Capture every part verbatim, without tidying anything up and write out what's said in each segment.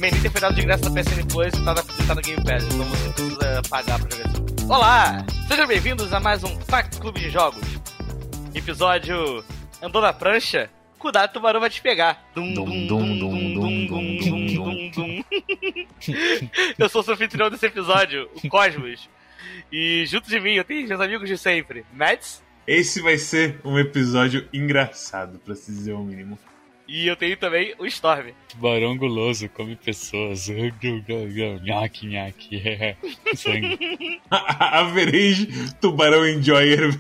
nem tem feriado de graça na P S N Plus e tá, na, tá no Game Pass, então você precisa pagar pra jogar isso. Olá! Sejam bem-vindos a mais um Fact Clube de Jogos. Episódio Andou na Prancha, cuidado, o tubarão vai te pegar. Dum, dum, dum, dum, dum, dum, dum, dum, dum. Eu sou o anfitrião desse episódio, o Cosmos. E junto de mim eu tenho meus amigos de sempre, Mads. Esse vai ser um episódio engraçado, pra se dizer o mínimo. E eu tenho também o Storm. Tubarão guloso, come pessoas. Nhaque, nhaque. Sangue. Average tubarão enjoyer.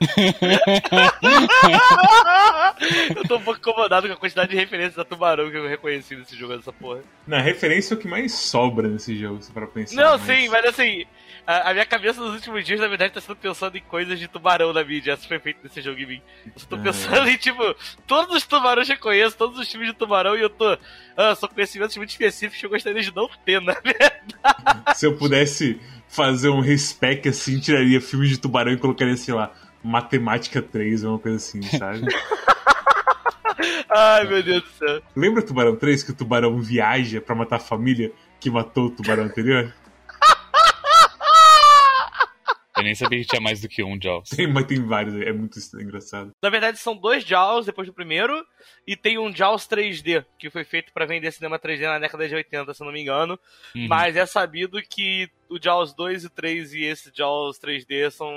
Eu tô um pouco incomodado com a quantidade de referências a tubarão que eu reconheci nesse jogo, dessa porra. Na referência é o que mais sobra nesse jogo, se para pensar. Não, mas... sim, mas assim, a, a minha cabeça nos últimos dias, na verdade, tá sendo pensando em coisas de tubarão na mídia. Isso foi feito nesse jogo em mim. Eu tô pensando é. em, tipo, todos os tubarões que eu conheço, todos os filmes de tubarão, e eu tô... Ah, são conhecimentos muito específicos que eu gostaria de não ter, na verdade. Se eu pudesse fazer um respec assim, tiraria filmes de tubarão e colocaria, sei lá, Matemática três ou uma coisa assim, sabe? Ai, meu Deus do céu. Lembra Tubarão três, que o tubarão viaja pra matar a família que matou o tubarão anterior? Eu nem sabia que tinha mais do que um Jaws. Tem, mas tem vários, é muito engraçado. Na verdade, são dois Jaws depois do primeiro, e tem um Jaws três D, que foi feito pra vender cinema três D na década de oitenta, se eu não me engano. Uhum. Mas é sabido que o Jaws dois e três e esse Jaws três D são...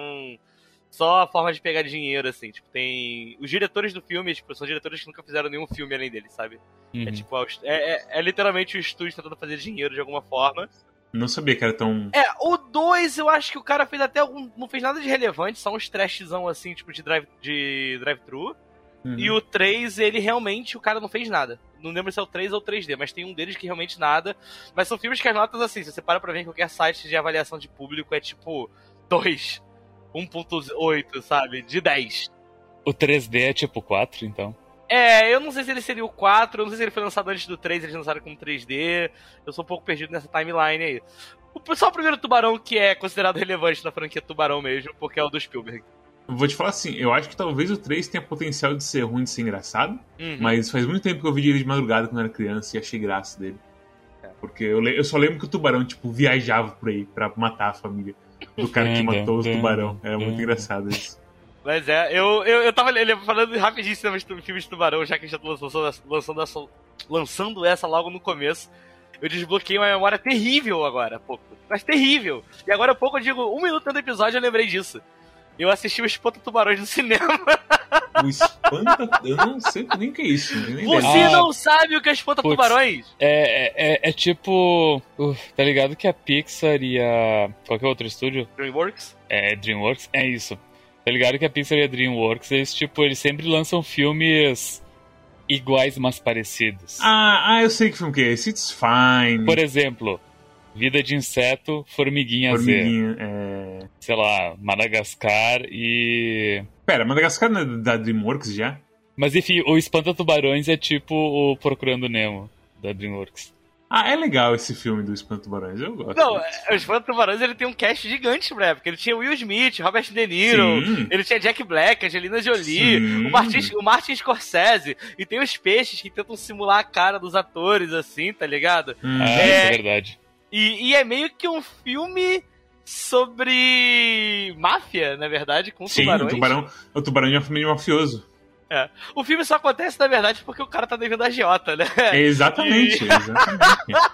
só a forma de pegar dinheiro, assim, tipo, tem... Os diretores do filme, tipo, são diretores que nunca fizeram nenhum filme além dele, sabe? Uhum. É tipo, é, é, é literalmente o estúdio tentando fazer dinheiro de alguma forma. Não sabia que era tão... É, o dois eu acho que o cara fez até algum... não fez nada de relevante, só uns trashzão, assim, tipo, de drive, de drive-thru. Uhum. E o três, ele realmente, o cara não fez nada. Não lembro se é o três ou o três D, mas tem um deles que realmente nada. Mas são filmes que as notas, assim, se você para pra ver em qualquer site de avaliação de público, é tipo, dois. um ponto oito, sabe? De dez. O três D é tipo quatro, então? É, eu não sei se ele seria o quatro, eu não sei se ele foi lançado antes do três, eles lançaram como três D. Eu sou um pouco perdido nessa timeline aí. O, só o primeiro Tubarão que é considerado relevante na franquia Tubarão mesmo, porque é o do Spielberg. Vou te falar assim, eu acho que talvez o três tenha potencial de ser ruim, de ser engraçado, uhum. Mas faz muito tempo que eu vi ele de madrugada quando eu era criança e achei graça dele. É. Porque eu, eu só lembro que o Tubarão, tipo, viajava por aí pra matar a família do cara que matou os tubarão. Era muito engraçado isso. Mas é, eu, eu, eu tava falando rapidinho sobre filmes de tubarão, já que a gente já tá lançando, lançando, essa, lançando essa logo no começo. Eu desbloqueei uma memória terrível agora, há pouco. Mas terrível. E agora há pouco eu digo, um minuto do episódio eu lembrei disso. Eu assisti o Espanta Tubarões no cinema. O Espanta... Eu não sei nem o que é isso. Nem Você ah, não sabe o que é Espanta putz, Tubarões? É, é, é tipo... Uh, tá ligado que a Pixar e a... Qual que é o outro estúdio? DreamWorks? É, DreamWorks. É isso. Tá ligado que a Pixar e a DreamWorks, eles, tipo, eles sempre lançam filmes iguais, mas parecidos. Ah, ah, eu sei que filme que é esse. It's Fine. Por exemplo... Vida de Inseto, Formiguinha, Formiguinha Z. é... Sei lá, Madagascar e... Pera, Madagascar não é da DreamWorks já? Mas enfim, o Espanta Tubarões é tipo o Procurando Nemo, da DreamWorks. Ah, é legal esse filme do Espanta Tubarões, eu gosto. Não, o Espanta Tubarões ele tem um cast gigante pra época. Ele tinha Will Smith, Robert De Niro, Sim. ele tinha Jack Black, Angelina Jolie, o Martin, o Martin Scorsese, e tem os peixes que tentam simular a cara dos atores, assim, tá ligado? Hum. Ah, é... isso é verdade. E, e é meio que um filme sobre máfia, na verdade, com Sim, tubarões. Sim, o tubarão, o tubarão é um filme mafioso. É. O filme só acontece, na verdade, porque o cara tá devendo a agiota, né? É exatamente, e... exatamente.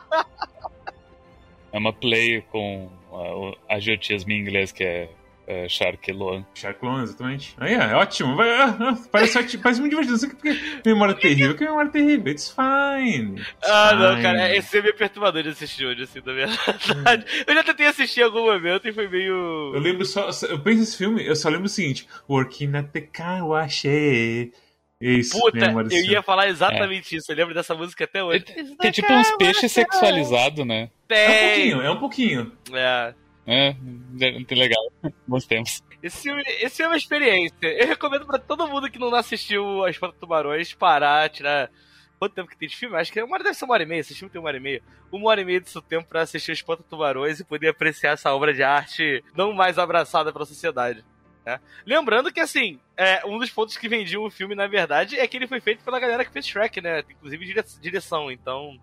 É uma play com a agiotismo em inglês, que é... É, Shark Loan. Shark Loan, exatamente. Aí é, é ótimo. Vai, ah, ah, parece, ótimo, parece muito divertido. Não sei porque memória terrível. Que memória terrível? It's fine. It's ah, fine. não, cara. Esse é meio perturbador de assistir hoje, assim, na verdade. Eu já tentei assistir em algum momento e foi meio... Eu lembro só... Eu penso nesse filme, eu só lembro o seguinte. Working at the car wash. Isso, puta, eu ia falar exatamente é. isso. Eu lembro dessa música até hoje. Tem, tem tipo uns peixes sexualizados, né? Tem. É um pouquinho, é um pouquinho. É. É, é legal. Bons tempos. Esse filme, esse filme é uma experiência. Eu recomendo pra todo mundo que não assistiu a Espanta Tubarões parar, tirar... Quanto tempo que tem de filme? Acho que uma hora deve ser uma hora e meia. Esse filme tem uma hora e meia. Uma hora e meia do seu tempo pra assistir o Espanta Tubarões e poder apreciar essa obra de arte não mais abraçada pela sociedade. Né? Lembrando que, assim, é, um dos pontos que vendiam o filme, na verdade, é que ele foi feito pela galera que fez Shrek, né? Inclusive dire- direção, então...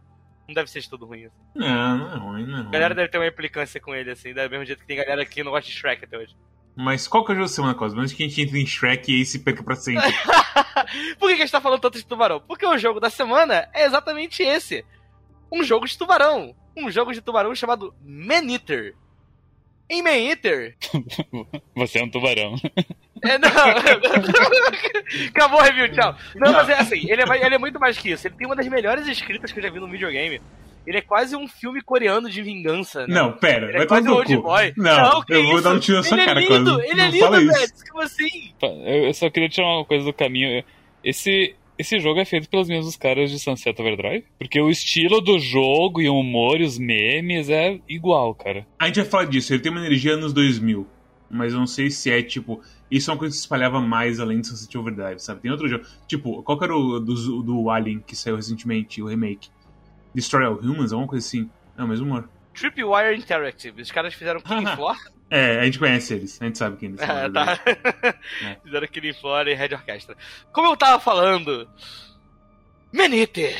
Não deve ser de tudo ruim. Assim. Não, não é ruim, não é ruim. A galera deve ter uma implicância com ele, assim, do mesmo jeito que tem galera que não gosta de Shrek até hoje. Mas qual que é o jogo da semana, Cosmo? Antes que a gente entre em Shrek e aí se perca pra sempre. Por que, que a gente tá falando tanto de tubarão? Porque o jogo da semana é exatamente esse. Um jogo de tubarão. Um jogo de tubarão chamado Man-Eater. Em Man-Eater... Você é um tubarão. É, não. Acabou o review, tchau. Não, mas é assim, ele é, ele é muito mais que isso. Ele tem uma das melhores escritas que eu já vi no videogame. Ele é quase um filme coreano de vingança, né? Não, pera, ele vai é quase um old cu. boy. Não, não eu vou isso? dar um tiro na sua ele cara, é lindo, quase. Ele não é lindo, fala velho. isso. Como assim? Eu só queria tirar uma coisa do caminho. Esse, esse jogo é feito pelos mesmos caras de Sunset Overdrive? Porque o estilo do jogo e o humor e os memes é igual, cara. A gente vai falar disso, ele tem uma energia anos dois mil. Mas eu não sei se é, tipo... Isso é uma coisa que se espalhava mais além de Sunset Overdrive, sabe? Tem outro jogo... Tipo, qual que era o do, do Alien que saiu recentemente, o remake? Destroy All Humans, alguma coisa assim? Não, mesmo humor. Tripwire Interactive. Os caras fizeram Killing Floor. É, a gente conhece eles. A gente sabe quem eles são. É, tá. É. Fizeram Killing Floor e Red Orchestra. Como eu tava falando... Man-Eater.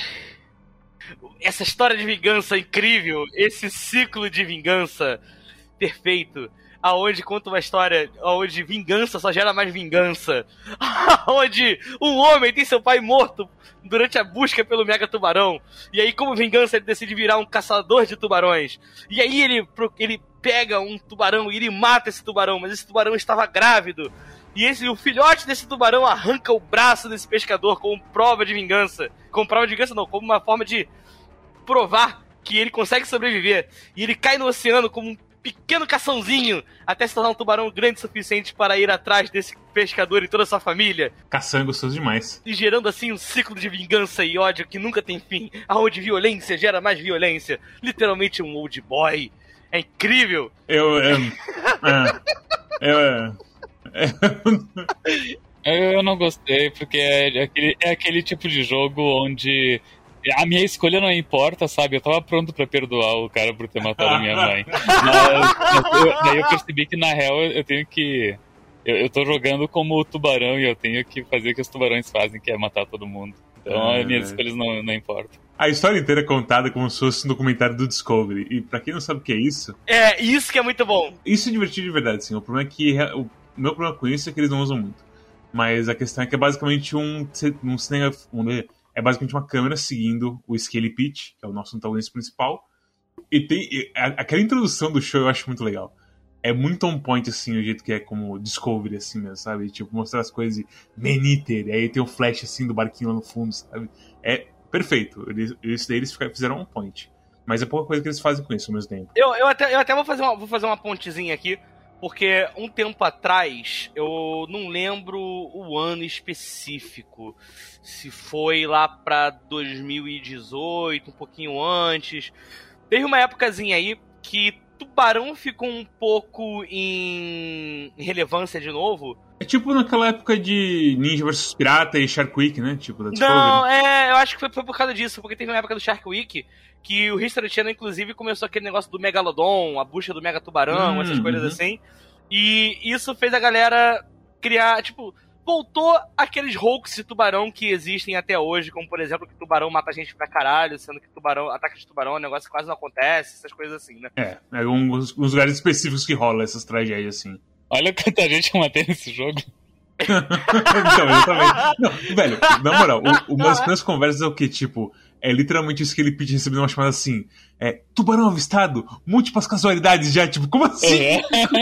Essa história de vingança incrível. Esse ciclo de vingança perfeito. Aonde conta uma história onde vingança só gera mais vingança. Onde um homem tem seu pai morto durante a busca pelo mega tubarão. E aí, como vingança, ele decide virar um caçador de tubarões. E aí ele, ele pega um tubarão e ele mata esse tubarão, mas esse tubarão estava grávido. E esse, o filhote desse tubarão arranca o braço desse pescador como prova de vingança. Como prova de vingança não, como uma forma de provar que ele consegue sobreviver. E ele cai no oceano como um pequeno caçãozinho, até se tornar um tubarão grande o suficiente para ir atrás desse pescador e toda a sua família. Caçando gostoso demais. E gerando assim um ciclo de vingança e ódio que nunca tem fim, aonde violência gera mais violência. Literalmente um old boy. É incrível. Eu... Eu... eu, eu, eu não gostei, porque é aquele, é aquele tipo de jogo onde... A minha escolha não importa, sabe? Eu tava pronto pra perdoar o cara por ter matado a minha mãe. Mas, eu, daí eu percebi que, na real, eu tenho que... Eu, eu tô jogando como o tubarão e eu tenho que fazer o que os tubarões fazem, que é matar todo mundo. Então, é, as minhas é. escolhas não, não importam. A história inteira é contada como se fosse um documentário do Discovery. E pra quem não sabe o que é isso... É, isso que é muito bom. Isso é divertido de verdade, sim. O problema é que... O meu problema com isso é que eles não usam muito. Mas a questão é que é basicamente um, um cinema... Um, É basicamente uma câmera seguindo o Scaly Pitch, que é o nosso antagonista principal. E tem e, a, aquela introdução do show eu acho muito legal. É muito on point, assim, o jeito que é como Discovery, assim mesmo, sabe? Tipo, mostrar as coisas de Man-Eater, e aí tem o flash, assim, do barquinho lá no fundo, sabe? É perfeito. Eles, eles, eles fizeram on point. Mas é pouca coisa que eles fazem com isso ao mesmo tempo. Eu, eu, até, eu até vou fazer, uma, vou fazer uma pontezinha aqui. Porque um tempo atrás, eu não lembro o ano específico, se foi lá pra dois mil e dezoito, um pouquinho antes. Teve uma épocazinha aí que Tubarão ficou um pouco em relevância de novo. É tipo naquela época de Ninja versus Pirata e Shark Week, né? Tipo, da Discovery. Não, é, eu acho que foi, foi por causa disso, porque teve uma época do Shark Week que o History Channel, inclusive, começou aquele negócio do Megalodon, a busca do Mega Tubarão, hum, essas coisas uhum. assim. E isso fez a galera criar, tipo, voltou aqueles hoax de tubarão que existem até hoje, como, por exemplo, que tubarão mata gente pra caralho, sendo que tubarão, ataque de tubarão é um negócio que quase não acontece, essas coisas assim, né? É, é uns, uns lugares específicos que rolam essas tragédias, assim. Olha quanta gente eu matei nesse jogo. Então, exatamente. Não, velho, na moral, o, uma das primeiras conversas é o que, tipo, é literalmente isso que ele pediu recebendo uma chamada assim, é, tubarão avistado, múltiplas casualidades já, tipo, como assim? É.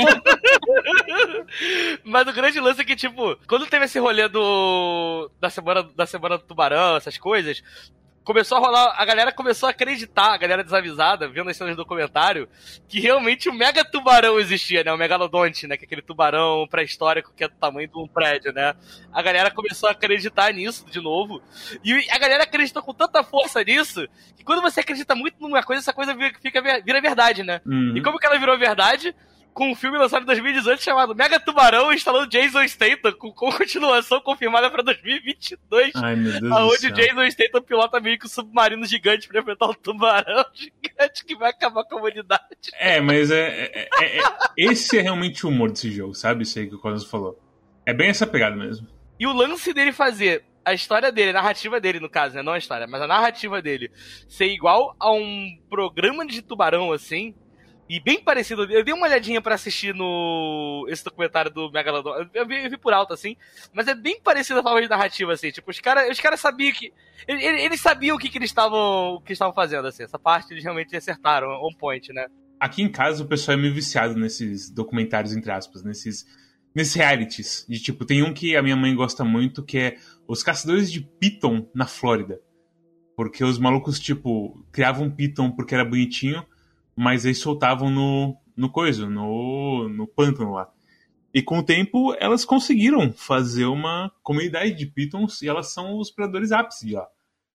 Mas o grande lance é que, tipo, quando teve esse rolê do da semana, da semana do tubarão, essas coisas, começou a rolar, a galera começou a acreditar, a galera desavisada, vendo as cenas do documentário, que realmente o mega tubarão existia, né? O megalodonte, né? Que é aquele tubarão pré-histórico que é do tamanho de um prédio, né? A galera começou a acreditar nisso de novo. E a galera acreditou com tanta força nisso, que quando você acredita muito numa coisa, essa coisa fica, vira verdade, né? Uhum. E como que ela virou verdade? Com um filme lançado em dois mil e dezoito chamado Mega Tubarão, instalando Jason Statham, com, com continuação confirmada pra dois mil e vinte e dois. Ai, meu Deus aonde do céu. Jason Statham pilota meio que um submarino gigante pra enfrentar um tubarão gigante que vai acabar com a humanidade. É, mas é, é, é, é esse é realmente o humor desse jogo, sabe? Isso aí que o Cosmos falou. É bem essa pegada mesmo. E o lance dele fazer a história dele, a narrativa dele, no caso, né? Não a história, mas a narrativa dele ser igual a um programa de tubarão, assim, e bem parecido. Eu dei uma olhadinha pra assistir no esse documentário do Megalodon. Eu vi, eu vi por alto, assim, mas é bem parecido a forma de narrativa, assim. Tipo, os caras os cara sabiam que... Eles, eles sabiam o que, que eles estavam que estavam fazendo, assim. Essa parte eles realmente acertaram, on point, né? Aqui em casa o pessoal é meio viciado nesses documentários, entre aspas, nesses... Nesses realities, de tipo, tem um que a minha mãe gosta muito, que é Os Caçadores de Piton na Flórida. Porque os malucos, tipo, criavam um piton porque era bonitinho, mas aí soltavam no, no coisa, no, no pântano lá. E com o tempo, elas conseguiram fazer uma comunidade de pitons e elas são os predadores ápice de lá.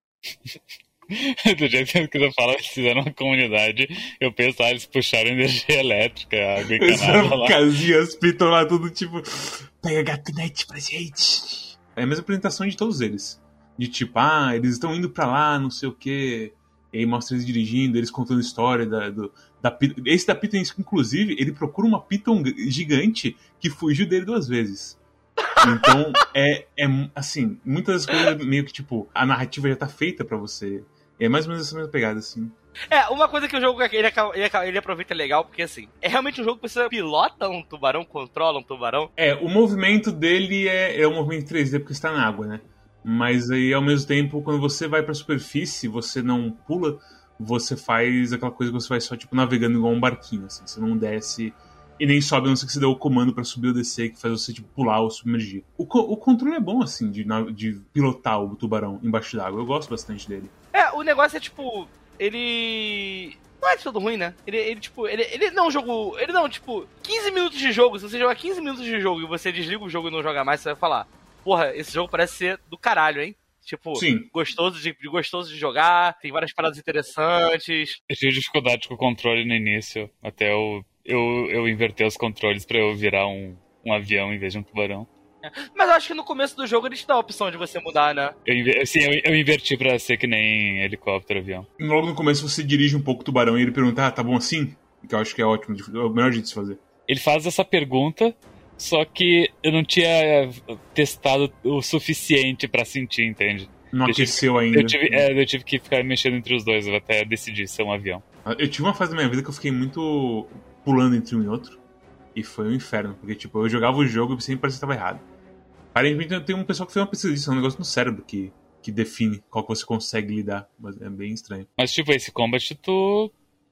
Do jeito que você fala, eles fizeram uma comunidade, eu penso, ah, eles puxaram energia elétrica, água encanada lá. Casinhas, piton lá, tudo tipo, pega gatunete pra gente. É a mesma apresentação de todos eles. De tipo, ah, eles estão indo pra lá, não sei o quê. E aí mostra eles dirigindo, eles contando história da, do, da Piton. Esse da Piton, inclusive, ele procura uma Piton gigante que fugiu dele duas vezes. Então, é, é assim, muitas coisas meio que, tipo, a narrativa já tá feita pra você. É mais ou menos essa mesma pegada, assim. É, uma coisa que o jogo ele, ele, ele aproveita legal, porque assim, é realmente um jogo que você pilota um tubarão, controla um tubarão. É, o movimento dele é, é um movimento três D porque está na água, né? Mas aí, ao mesmo tempo, quando você vai pra superfície, você não pula, você faz aquela coisa que você vai só, tipo, navegando igual um barquinho, assim. Você não desce e nem sobe, a não ser que você dê o comando pra subir ou descer, que faz você, tipo, pular ou submergir. O, co- o controle é bom, assim, de, de pilotar o tubarão embaixo d'água. Eu gosto bastante dele. É, o negócio é, tipo, ele... Não é de todo ruim, né? Ele, ele tipo, ele, ele não é um jogo... Ele não, tipo, quinze minutos de jogo. Se você jogar quinze minutos de jogo e você desliga o jogo e não joga mais, você vai falar: porra, esse jogo parece ser do caralho, hein? Tipo, Sim. gostoso de, gostoso de jogar, tem várias paradas interessantes. Eu tive dificuldade com o controle no início, até eu, eu, eu inverter os controles pra eu virar um, um avião em vez de um tubarão. Mas eu acho que no começo do jogo eles te dão a opção de você mudar, né? Eu, inver... Sim, eu, eu inverti pra ser que nem helicóptero, avião. Logo no começo você dirige um pouco o tubarão e ele pergunta, ah, tá bom assim? Que eu acho que é ótimo, é o melhor jeito de se fazer. Ele faz essa pergunta, só que eu não tinha testado o suficiente pra sentir, entende? Não eu aqueceu tive, ainda. Eu tive, é, eu tive que ficar mexendo entre os dois até decidir ser um avião. Eu tive uma fase da minha vida que eu fiquei muito pulando entre um e outro. E foi um inferno, porque tipo, eu jogava o jogo e sempre parecia que estava errado. Aparentemente tem um pessoal que fez uma pesquisa disso, é um negócio no cérebro que, que define qual que você consegue lidar. Mas é bem estranho. Mas tipo, esse combat tu,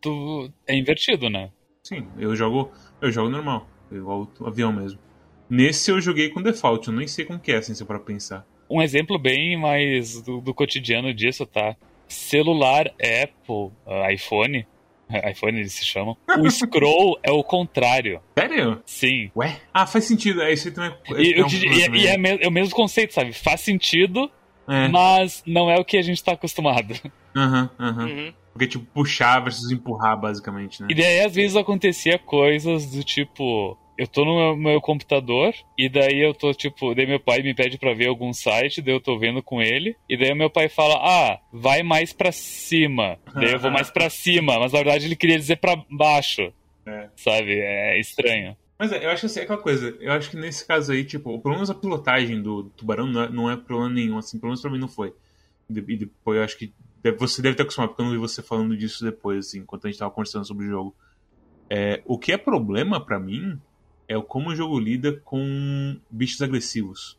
tu é invertido, né? Sim, eu jogo, eu jogo normal, igual o avião mesmo. Nesse eu joguei com default, eu nem sei como que é, assim, se eu para pensar. Um exemplo bem mais do, do cotidiano disso, tá? Celular, Apple, uh, iPhone, iPhone eles se chamam, o scroll é o contrário. Sério? Sim. Ué? Ah, faz sentido, é, isso aí também é... E, é, eu, um e, e é, me, é o mesmo conceito, sabe? Faz sentido, é. mas não é o que a gente tá acostumado. Aham, uhum, aham. Uhum. Uhum. Porque, tipo, puxar versus empurrar, basicamente, né? E daí, às vezes, acontecia coisas do tipo... Eu tô no meu, meu computador, e daí eu tô, tipo... Daí meu pai me pede pra ver algum site, daí eu tô vendo com ele, e daí meu pai fala, ah, vai mais pra cima. Daí eu vou mais pra cima, mas na verdade ele queria dizer pra baixo. É. Sabe? É estranho. Mas é, eu acho assim, é aquela coisa, eu acho que nesse caso aí, tipo, pelo menos a pilotagem do tubarão não é, não é problema nenhum, assim, pelo menos pra mim não foi. E depois eu acho que você deve ter acostumado, porque eu não vi você falando disso depois, assim, enquanto a gente tava conversando sobre o jogo. É, o que é problema pra mim é como o jogo lida com bichos agressivos.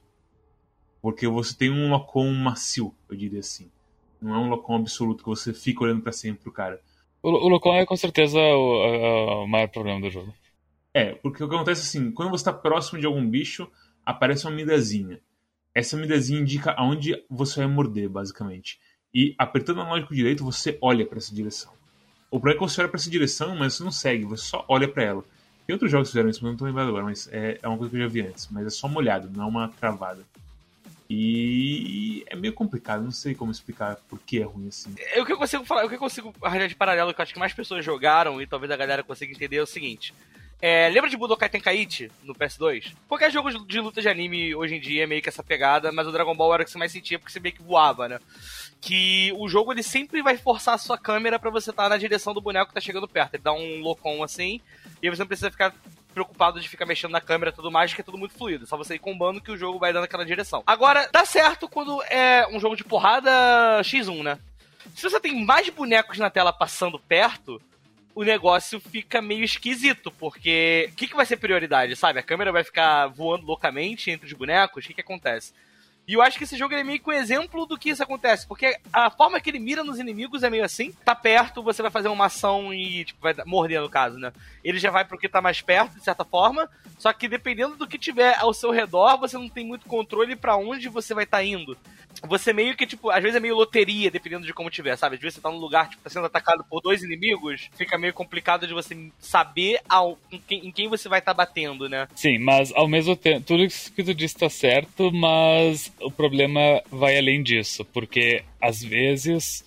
Porque você tem um Locom macio, eu diria assim. Não é um Locom absoluto que você fica olhando pra sempre pro cara. O, o Locom é com certeza o, o maior problema do jogo. É, porque o que acontece assim, quando você tá próximo de algum bicho, aparece uma midazinha. Essa midazinha indica aonde você vai morder, basicamente. E apertando o analógico direito, você olha pra essa direção. O problema é que você olha pra essa direção, mas você não segue, você só olha pra ela. Tem outros jogos que fizeram isso, mas eu não tô lembrado agora, mas é, é uma coisa que eu já vi antes. Mas é só molhado, não é uma travada. E é meio complicado, não sei como explicar por que é ruim assim. O que eu consigo falar, o que eu consigo arranjar de paralelo, que eu acho que mais pessoas jogaram e talvez a galera consiga entender é o seguinte. É, lembra de Budokai Tenkaichi no P S dois? Qualquer jogo de luta de anime hoje em dia é meio que essa pegada, mas o Dragon Ball era o que você mais sentia porque você meio que voava, né? Que o jogo ele sempre vai forçar a sua câmera pra você estar na direção do boneco que tá chegando perto. Ele dá um locom assim, e aí você não precisa ficar preocupado de ficar mexendo na câmera e tudo mais, que é tudo muito fluido. Só você ir combando que o jogo vai dando aquela direção. Agora, dá certo quando é um jogo de porrada xis um, né? Se você tem mais bonecos na tela passando perto, o negócio fica meio esquisito, porque o que, que vai ser prioridade, sabe? A câmera vai ficar voando loucamente entre os bonecos? O que, que acontece? E eu acho que esse jogo ele é meio que um exemplo do que isso acontece, porque a forma que ele mira nos inimigos é meio assim, tá perto, você vai fazer uma ação e, tipo, vai morder no caso, né? Ele já vai pro que tá mais perto, de certa forma, só que dependendo do que tiver ao seu redor, você não tem muito controle pra onde você vai estar tá indo. Você meio que, tipo, às vezes é meio loteria, dependendo de como tiver, sabe? Às vezes você tá num lugar, tipo, tá sendo atacado por dois inimigos, fica meio complicado de você saber ao, em, quem, em quem você vai estar tá batendo, né? Sim, mas ao mesmo tempo, tudo isso que tu disse tá certo, mas o problema vai além disso, porque às vezes,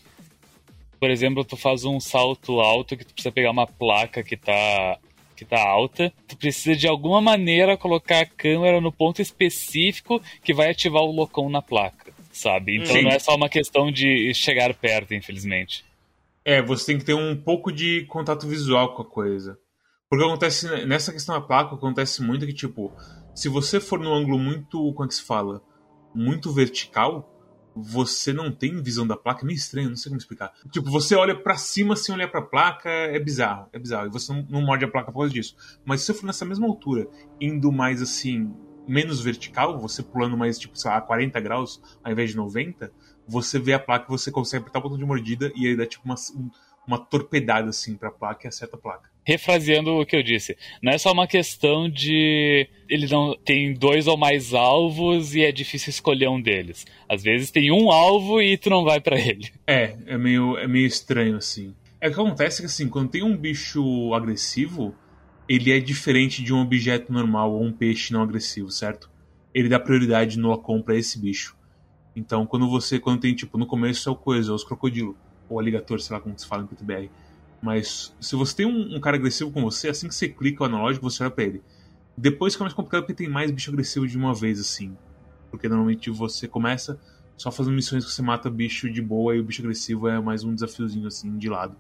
por exemplo, tu faz um salto alto que tu precisa pegar uma placa que tá, que tá alta, tu precisa de alguma maneira colocar a câmera no ponto específico que vai ativar o locom na placa, sabe? Então Sim. não é só uma questão de chegar perto, infelizmente. É, você tem que ter um pouco de contato visual com a coisa. Porque acontece, nessa questão da placa, acontece muito que, tipo, se você for num ângulo muito, como é que se fala? Muito vertical, você não tem visão da placa, é meio estranho, não sei como explicar. Tipo, você olha pra cima sem olhar pra placa, é bizarro, é bizarro, e você não, não morde a placa por causa disso. Mas se você for nessa mesma altura, indo mais assim, menos vertical, você pulando mais, tipo, sei lá, quarenta graus, ao invés de noventa, você vê a placa, você consegue apertar o botão de mordida, e aí dá tipo uma, uma torpedada assim pra placa e acerta a placa. Refraseando o que eu disse, não é só uma questão de ele não tem dois ou mais alvos e é difícil escolher um deles. Às vezes tem um alvo e tu não vai pra ele. É, é meio, é meio estranho assim. É o que acontece que assim, quando tem um bicho agressivo, ele é diferente de um objeto normal ou um peixe não agressivo, certo? Ele dá prioridade no locom pra esse bicho. Então quando você, quando tem tipo, no começo é o coisa, é os crocodilos, ou aligator, sei lá como se fala em P T B R. Mas se você tem um, um cara agressivo com você, assim que você clica o analógico, você olha pra ele. Depois fica mais complicado porque tem mais bicho agressivo de uma vez, assim. Porque normalmente você começa só fazendo missões que você mata bicho de boa e o bicho agressivo é mais um desafiozinho, assim, de lado.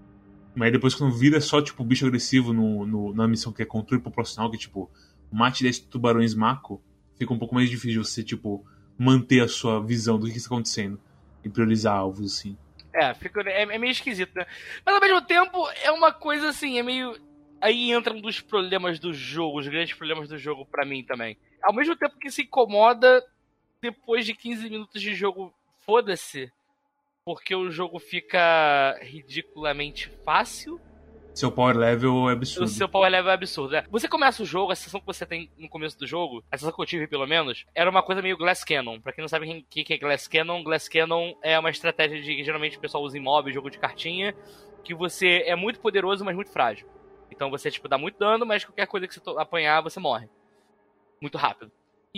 Mas depois quando vira só, tipo, bicho agressivo no, no, na missão que é controle populacional, que é, tipo, mate dez tubarões mako, fica um pouco mais difícil você, tipo, manter a sua visão do que está acontecendo e priorizar alvos, assim. É, fica, é, é meio esquisito, né? Mas ao mesmo tempo é uma coisa assim, é meio... Aí entra um dos problemas do jogo, os grandes problemas do jogo pra mim também. Ao mesmo tempo que se incomoda, depois de quinze minutos de jogo, foda-se, porque o jogo fica ridiculamente fácil. Seu power level é absurdo. O seu power level é absurdo, né? Você começa o jogo, a sensação que você tem no começo do jogo, a sensação que eu tive pelo menos, era uma coisa meio Glass Cannon. Pra quem não sabe o que, que é Glass Cannon, Glass Cannon é uma estratégia de que geralmente o pessoal usa em mob, jogo de cartinha, que você é muito poderoso, mas muito frágil. Então você, tipo, dá muito dano, mas qualquer coisa que você apanhar, você morre. Muito rápido.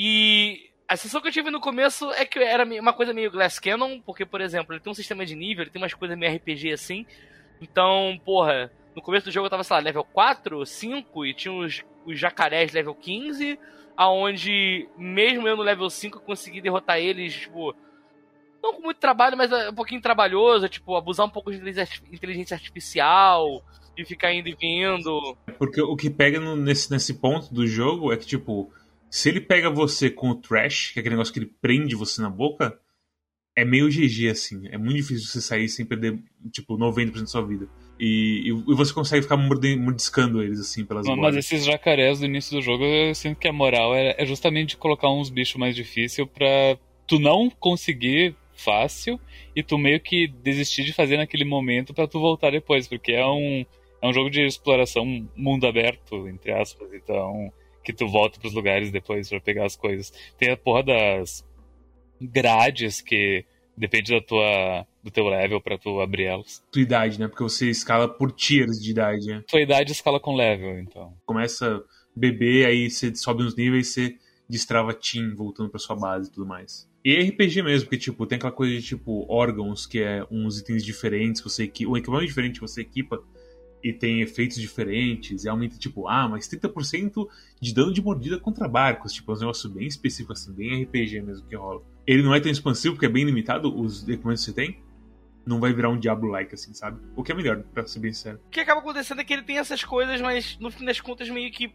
E a sensação que eu tive no começo é que era uma coisa meio Glass Cannon, porque, por exemplo, ele tem um sistema de nível, ele tem umas coisas meio R P G assim. Então, porra... No começo do jogo eu tava, sei lá, level quatro, cinco, e tinha os, os jacarés level quinze, aonde mesmo eu no level cinco eu consegui derrotar eles, tipo, não com muito trabalho, mas um pouquinho trabalhoso, tipo, abusar um pouco de inteligência artificial e ficar indo e vindo. Porque o que pega no, nesse, nesse ponto do jogo é que, tipo, se ele pega você com o trash, que é aquele negócio que ele prende você na boca, é meio G G, assim. É muito difícil você sair sem perder, tipo, noventa por cento da sua vida. E, e você consegue ficar mordiscando eles, assim, pelas bordas. Mas esses jacarés do início do jogo, eu sinto que a moral é, é justamente colocar uns bichos mais difíceis pra tu não conseguir fácil e tu meio que desistir de fazer naquele momento pra tu voltar depois, porque é um, é um jogo de exploração mundo aberto, entre aspas, então que tu volta pros lugares depois pra pegar as coisas. Tem a porra das grades que depende da tua, do teu level pra tu abrir elas. Tua idade, né? Porque você escala por tiers de idade, né? Tua idade escala com level, então. Começa bebê, aí você sobe uns níveis e você destrava team, voltando pra sua base e tudo mais. E é R P G mesmo, porque, tipo, tem aquela coisa de, tipo, órgãos, que é uns itens diferentes que você equipa, um equipamento diferente que você equipa e tem efeitos diferentes, e aumenta, tipo, ah, mas trinta por cento de dano de mordida contra barcos, tipo, é um negócio bem específico, assim, bem R P G mesmo que rola. Ele não é tão expansivo, porque é bem limitado, os equipamentos que você tem, não vai virar um Diablo-like, assim, sabe? O que é melhor, pra ser bem sincero. O que acaba acontecendo é que ele tem essas coisas, mas no fim das contas meio que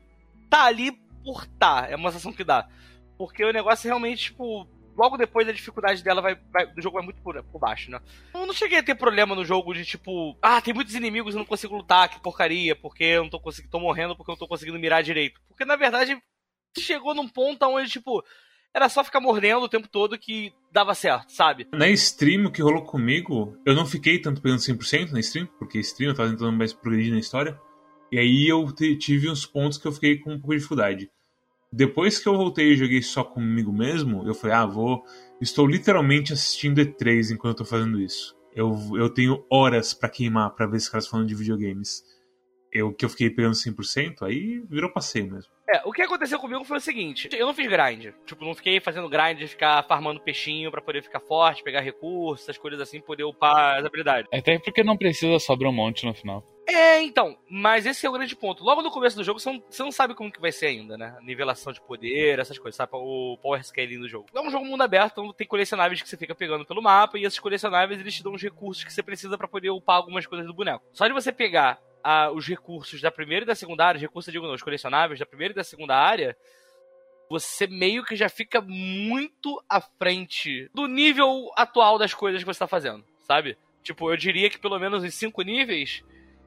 tá ali por tá. É uma sensação que dá. Porque o negócio realmente, tipo... Logo depois a dificuldade dela vai, vai, do jogo vai muito por, por baixo, né? Eu não cheguei a ter problema no jogo de tipo... Ah, tem muitos inimigos e eu não consigo lutar, que porcaria. Porque eu não tô conseguindo... Tô morrendo porque eu não tô conseguindo mirar direito. Porque, na verdade, chegou num ponto onde, tipo... Era só ficar mordendo o tempo todo que dava certo, sabe? Na stream, o que rolou comigo... Eu não fiquei tanto pegando cem por cento na stream. Porque stream eu tava tentando mais progredir na história. E aí eu te, tive uns pontos que eu fiquei com um pouco de dificuldade. Depois que eu voltei e joguei só comigo mesmo, eu falei, ah, vou... Estou literalmente assistindo E três enquanto eu tô fazendo isso. Eu, eu tenho horas pra queimar pra ver esses caras falando de videogames. Eu que eu fiquei pegando cem por cento, aí virou passeio mesmo. É, o que aconteceu comigo foi o seguinte, eu não fiz grind. Tipo, não fiquei fazendo grind de ficar farmando peixinho pra poder ficar forte, pegar recursos, essas coisas assim, poder upar as habilidades. Até porque não precisa, sobrar um monte no final. É, então, mas esse é o grande ponto. Logo no começo do jogo, você não, você não sabe como que vai ser ainda, né? Nivelação de poder, essas coisas, sabe? O power scaling do jogo. É um jogo mundo aberto, então tem colecionáveis que você fica pegando pelo mapa, e esses colecionáveis, eles te dão os recursos que você precisa pra poder upar algumas coisas do boneco. Só de você pegar ah, os recursos da primeira e da segunda área, os recursos, eu digo não, os colecionáveis da primeira e da segunda área, você meio que já fica muito à frente do nível atual das coisas que você tá fazendo, sabe? Tipo, eu diria que pelo menos em cinco níveis...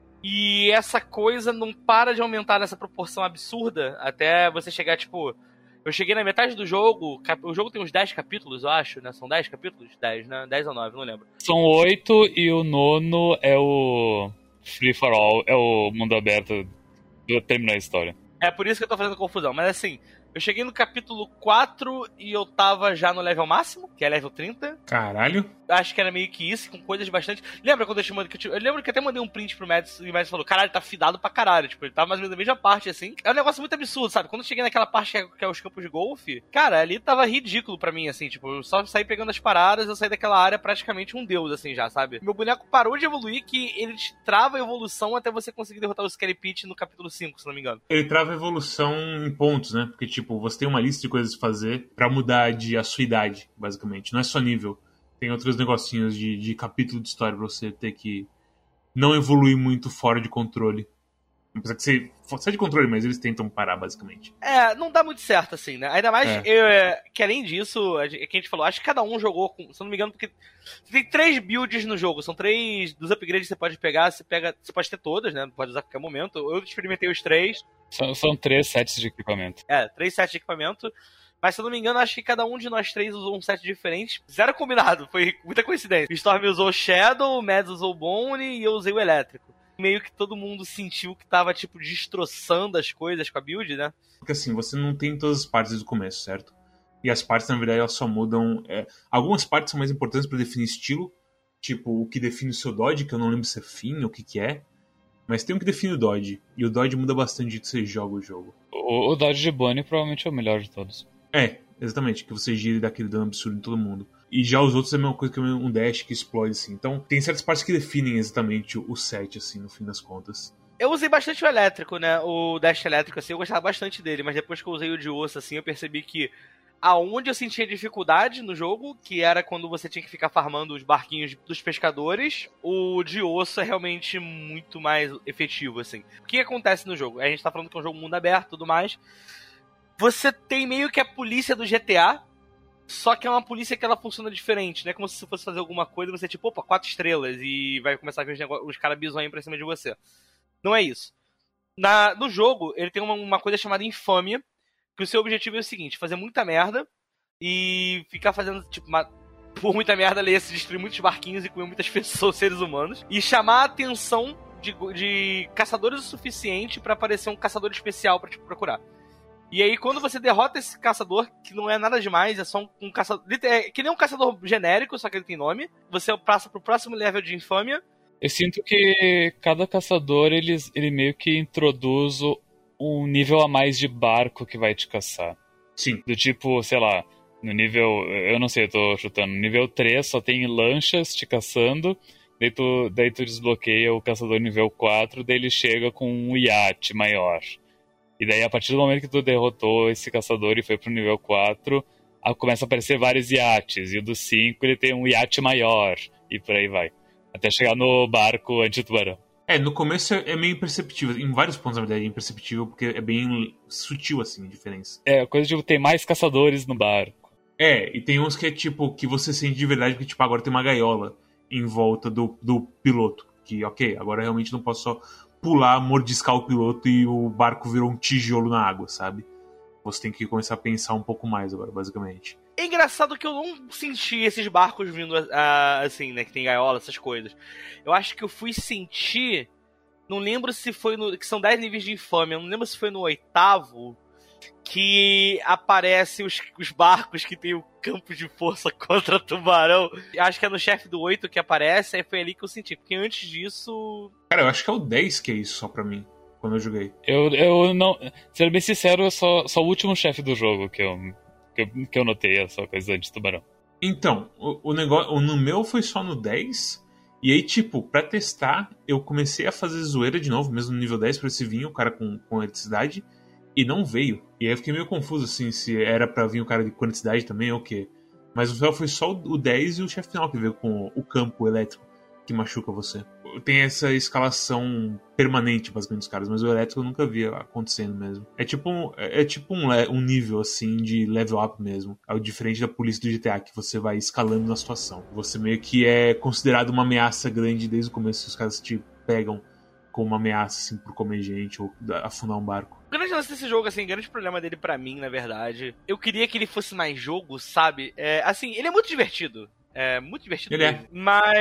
E essa coisa não para de aumentar nessa proporção absurda até você chegar, tipo... Eu cheguei na metade do jogo, o jogo tem uns dez capítulos, eu acho, né? São dez capítulos? dez, né? dez ou nove, não lembro. São oito e o nono é o Free for All, é o mundo aberto do terminar a história. É por isso que eu tô fazendo confusão, mas assim... Eu cheguei no capítulo quatro e eu tava já no level máximo, que é level trinta. Caralho. Acho que era meio que isso, com coisas bastante... Lembra quando eu te mandei... Que eu, te... eu lembro que até mandei um print pro Mads e o Mads falou, caralho, tá fidado pra caralho. Tipo, ele tava mais ou menos na mesma parte, assim. É um negócio muito absurdo, sabe? Quando eu cheguei naquela parte que é, que é os campos de golfe, cara, ali tava ridículo pra mim, assim. Tipo, eu só saí pegando as paradas, eu saí daquela área praticamente um deus, assim, já, sabe? Meu boneco parou de evoluir, que ele te trava a evolução até você conseguir derrotar o Scary Pete no capítulo cinco, se não me engano. Ele trava a evolução em pontos, né? Porque, tipo, você tem uma lista de coisas a fazer pra mudar de a sua idade, basicamente. Não é só nível. Tem outros negocinhos de, de capítulo de história pra você ter que não evoluir muito fora de controle. Apesar que você sai de controle, mas eles tentam parar, basicamente. É, não dá muito certo, assim, né? Ainda mais é. eu, é, que além disso, é que a gente falou, acho que cada um jogou, com, se não me engano, porque tem três builds no jogo, são três dos upgrades que você pode pegar, você pega, você pode ter todas, né? Pode usar a qualquer momento. Eu experimentei os três. São, são três sets de equipamento. É, três sets de equipamento. Mas se eu não me engano, acho que cada um de nós três usou um set diferente. Zero combinado, foi muita coincidência. O Storm usou o Shadow, o Mads usou o Bone e eu usei o Elétrico. Meio que todo mundo sentiu que tava, tipo, destroçando as coisas com a build, né? Porque assim, você não tem todas as partes desde o começo, certo? E as partes, na verdade, elas só mudam... É... Algumas partes são mais importantes pra definir estilo. Tipo, o que define o seu dodge, que eu não lembro se é fim ou o que que é. Mas tem um que define o dodge. E o dodge muda bastante de que você joga o jogo. O, o dodge de Bunny provavelmente é o melhor de todos. É, exatamente. Que você gira e dá aquele dano absurdo em todo mundo. E já os outros é a mesma coisa que um dash que explode, assim. Então, tem certas partes que definem exatamente o set, assim, no fim das contas. Eu usei bastante o elétrico, né? O dash elétrico, assim, eu gostava bastante dele. Mas depois que eu usei o de osso, assim, eu percebi que aonde eu sentia dificuldade no jogo, que era quando você tinha que ficar farmando os barquinhos dos pescadores, o de osso é realmente muito mais efetivo, assim. O que acontece no jogo? A gente tá falando que é um jogo mundo aberto e tudo mais. Você tem meio que a polícia do G T A, só que é uma polícia que ela funciona diferente, né? Como se você fosse fazer alguma coisa e você, tipo, opa, quatro estrelas, e vai começar a ver os, negócios, os caras bizonhos pra cima de você. Não é isso. Na, no jogo, ele tem uma, uma coisa chamada infâmia, que o seu objetivo é o seguinte, fazer muita merda e ficar fazendo, tipo, uma, por muita merda, ler se destruir muitos barquinhos e comer muitas pessoas, seres humanos, e chamar a atenção de, de caçadores o suficiente pra aparecer um caçador especial pra te procurar. E aí, quando você derrota esse caçador, que não é nada demais, é só um, um caçador... É que nem um caçador genérico, só que ele tem nome. Você passa pro próximo level de infâmia. Eu sinto que cada caçador, ele, ele meio que introduz um nível a mais de barco que vai te caçar. Sim. Do tipo, sei lá, no nível... Eu não sei, eu tô chutando. No nível três só tem lanchas te caçando. Daí tu, daí tu desbloqueia o caçador nível quatro, daí ele chega com um iate maior. E daí, a partir do momento que tu derrotou esse caçador e foi pro nível quatro, começa a aparecer vários iates. E o do cinco, ele tem um iate maior. E por aí vai. Até chegar no barco anti-tubarão. É, no começo é meio imperceptível. Em vários pontos, na verdade, é imperceptível, porque é bem sutil, assim, a diferença. É, coisa de ter mais caçadores no barco. É, e tem uns que é tipo, que você sente de verdade, porque tipo, agora tem uma gaiola em volta do, do piloto. Que, ok, agora realmente não posso só pular, mordiscar o piloto e o barco virou um tijolo na água, sabe? Você tem que começar a pensar um pouco mais agora, basicamente. É engraçado que eu não senti esses barcos vindo uh, assim, né? Que tem gaiola, essas coisas. Eu acho que eu fui sentir. Não lembro se foi no. Que são dez níveis de infâmia. Eu não lembro se foi no oitavo. Que aparecem os, os barcos que tem o campo de força contra tubarão. Acho que é no chefe do oito que aparece. Aí foi ali que eu senti. Porque antes disso. Cara, eu acho que é o dez que é isso só pra mim. Quando eu joguei. Eu, eu não. Sendo bem sincero, é só, só o último chefe do jogo que eu. Que eu, que eu notei essa coisa de tubarão. Então, o, o negócio. No meu foi só no dez. E aí, tipo, pra testar, eu comecei a fazer zoeira de novo, mesmo no nível dez, pra ver se vinha o cara com, com eletricidade. E não veio. E aí eu fiquei meio confuso, assim, se era pra vir o cara de eletricidade também ou o quê. Mas no final foi só o dez e o chefe final que veio com o campo elétrico que machuca você. Tem essa escalação permanente, basicamente, dos caras, mas o elétrico eu nunca vi acontecendo mesmo. É tipo um, é tipo um, um nível, assim, de level up mesmo. É o diferente da polícia do G T A, que você vai escalando na situação. Você meio que é considerado uma ameaça grande desde o começo, os caras te pegam como uma ameaça, assim, por comer gente ou afundar um barco. O grande lance desse jogo, assim, o grande problema dele pra mim, na verdade, eu queria que ele fosse mais jogo, sabe? É, assim, ele é muito divertido. É muito divertido ele mesmo. É.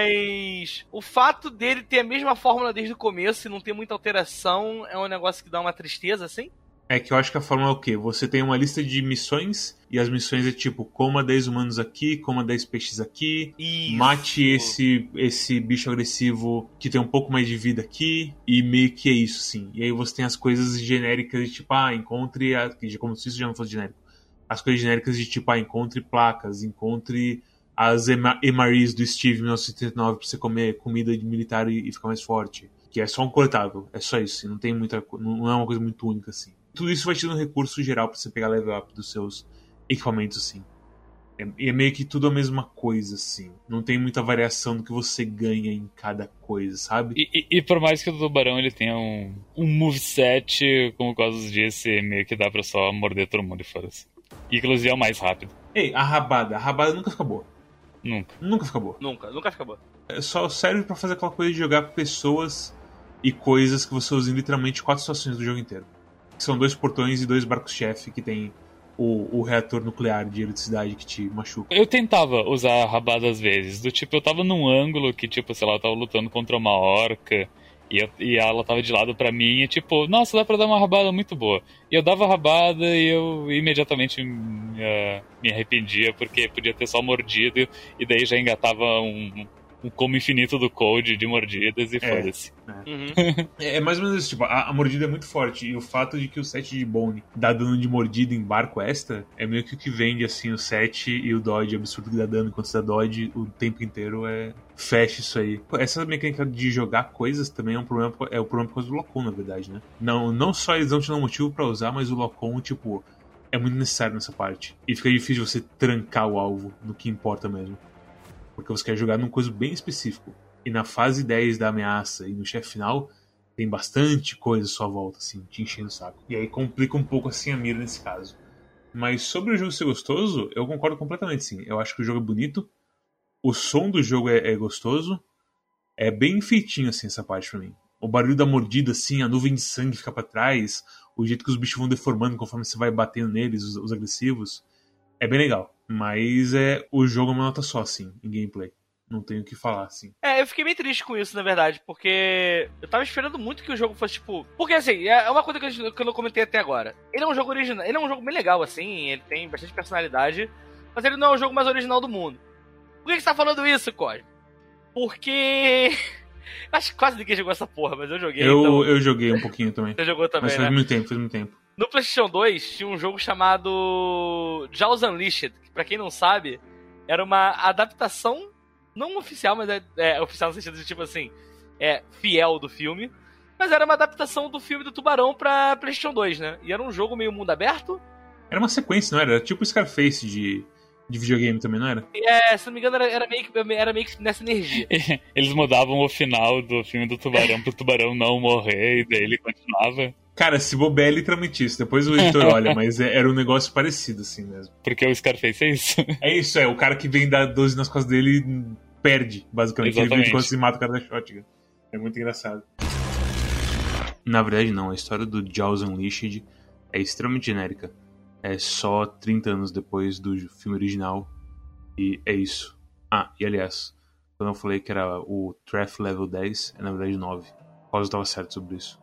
Mas o fato dele ter a mesma fórmula desde o começo e não ter muita alteração é um negócio que dá uma tristeza, assim. É que eu acho que a fórmula é o quê? Você tem uma lista de missões e as missões é tipo, coma dez humanos aqui, coma dez peixes aqui, Isso. Mate esse, esse bicho agressivo que tem um pouco mais de vida aqui, e meio que é isso, sim. E aí você tem as coisas genéricas de tipo, ah, encontre, a, como se isso já não fosse genérico, as coisas genéricas de tipo, ah, encontre placas, encontre as M R Es do Steve mil novecentos e setenta e nove pra você comer comida de militar e, e ficar mais forte. Que é só um coletável, é só isso, não tem muita, não é uma coisa muito única assim. Tudo isso vai te dando um recurso geral pra você pegar level up dos seus equipamentos, assim. E é, é meio que tudo a mesma coisa, assim. Não tem muita variação do que você ganha em cada coisa, sabe? E, e, e por mais que o tubarão ele tenha um, um moveset, como o Cosmos disse, meio que dá pra só morder todo mundo e foda-se. E inclusive é o mais rápido. Ei, a rabada. A rabada nunca fica boa. Nunca. Nunca fica boa. Nunca, nunca fica boa. É só serve pra fazer aquela coisa de jogar pessoas e coisas que você usa em literalmente quatro situações do jogo inteiro. São dois portões e dois barcos-chefe que tem o, o reator nuclear de eletricidade que te machuca. Eu tentava usar a rabada às vezes. Do tipo, eu tava num ângulo que, tipo, sei lá, eu tava lutando contra uma orca e, eu, e ela tava de lado pra mim e, tipo, nossa, dá pra dar uma rabada muito boa. E eu dava a rabada e eu imediatamente me, uh, me arrependia porque podia ter só mordido e daí já engatava um... um como infinito do code de mordidas e é, foda-se. É. Uhum. é, é mais ou menos isso, tipo, a, a mordida é muito forte e o fato de que o set de Bone dá dano de mordida em barco extra é meio que o que vende, assim, o set e o dodge absurdo que dá dano enquanto você dá dodge o tempo inteiro é... Fecha isso aí. Essa mecânica de jogar coisas também é um problema, é o problema por causa do Lock-on, na verdade, né? Não, não só eles não te dão motivo pra usar, mas o Lock-on, tipo, é muito necessário nessa parte. E fica difícil você trancar o alvo no que importa mesmo. Porque você quer jogar num coisa bem específico. E na fase dez da ameaça e no chefe final, tem bastante coisa à sua volta, assim, te enchendo o saco. E aí complica um pouco assim a mira nesse caso. Mas sobre o jogo ser gostoso, eu concordo completamente, sim. Eu acho que o jogo é bonito, o som do jogo é, é gostoso, é bem feitinho, assim, essa parte pra mim. O barulho da mordida, assim, a nuvem de sangue fica pra trás, o jeito que os bichos vão deformando conforme você vai batendo neles, os, os agressivos, é bem legal. Mas é, o jogo é uma nota só, assim, em gameplay. Não tenho o que falar, assim. É, eu fiquei bem triste com isso, na verdade, porque eu tava esperando muito que o jogo fosse, tipo... Porque, assim, é uma coisa que eu, que eu não comentei até agora. Ele é um jogo original, ele é um jogo bem legal, assim, ele tem bastante personalidade, mas ele não é o jogo mais original do mundo. Por que você tá falando isso, Cosmo? Porque... Acho que quase ninguém jogou essa porra, mas eu joguei. Eu, então... eu joguei um pouquinho também. Você jogou também, mas faz né? muito tempo, faz muito tempo. No PlayStation dois tinha um jogo chamado Jaws Unleashed, que pra quem não sabe, era uma adaptação, não oficial, mas é, é oficial no sentido de tipo assim, é fiel do filme, mas era uma adaptação do filme do Tubarão pra PlayStation dois, né? E era um jogo meio mundo aberto. Era uma sequência, não era? Era tipo Scarface de, De videogame também, não era? É, se não me engano, era, era, meio, que, era meio que nessa energia. Eles mudavam o final do filme do Tubarão pro Tubarão não morrer, e daí ele continuava. Cara, se bobear é literalmente isso. Depois o editor olha, mas é, era um negócio parecido assim mesmo. Porque o Scarface é isso. É isso, é. O cara que vem dar doze nas costas dele perde, basicamente. Exatamente. Ele vem quando se mata o cara da shotgun. É muito engraçado. Na verdade, não. A história do Jaws Unleashed é extremamente genérica. É só trinta anos depois do filme original. E é isso. Ah, e aliás, quando eu falei que era o Threat Level dez, é na verdade nove. O Rosa estava certo sobre isso.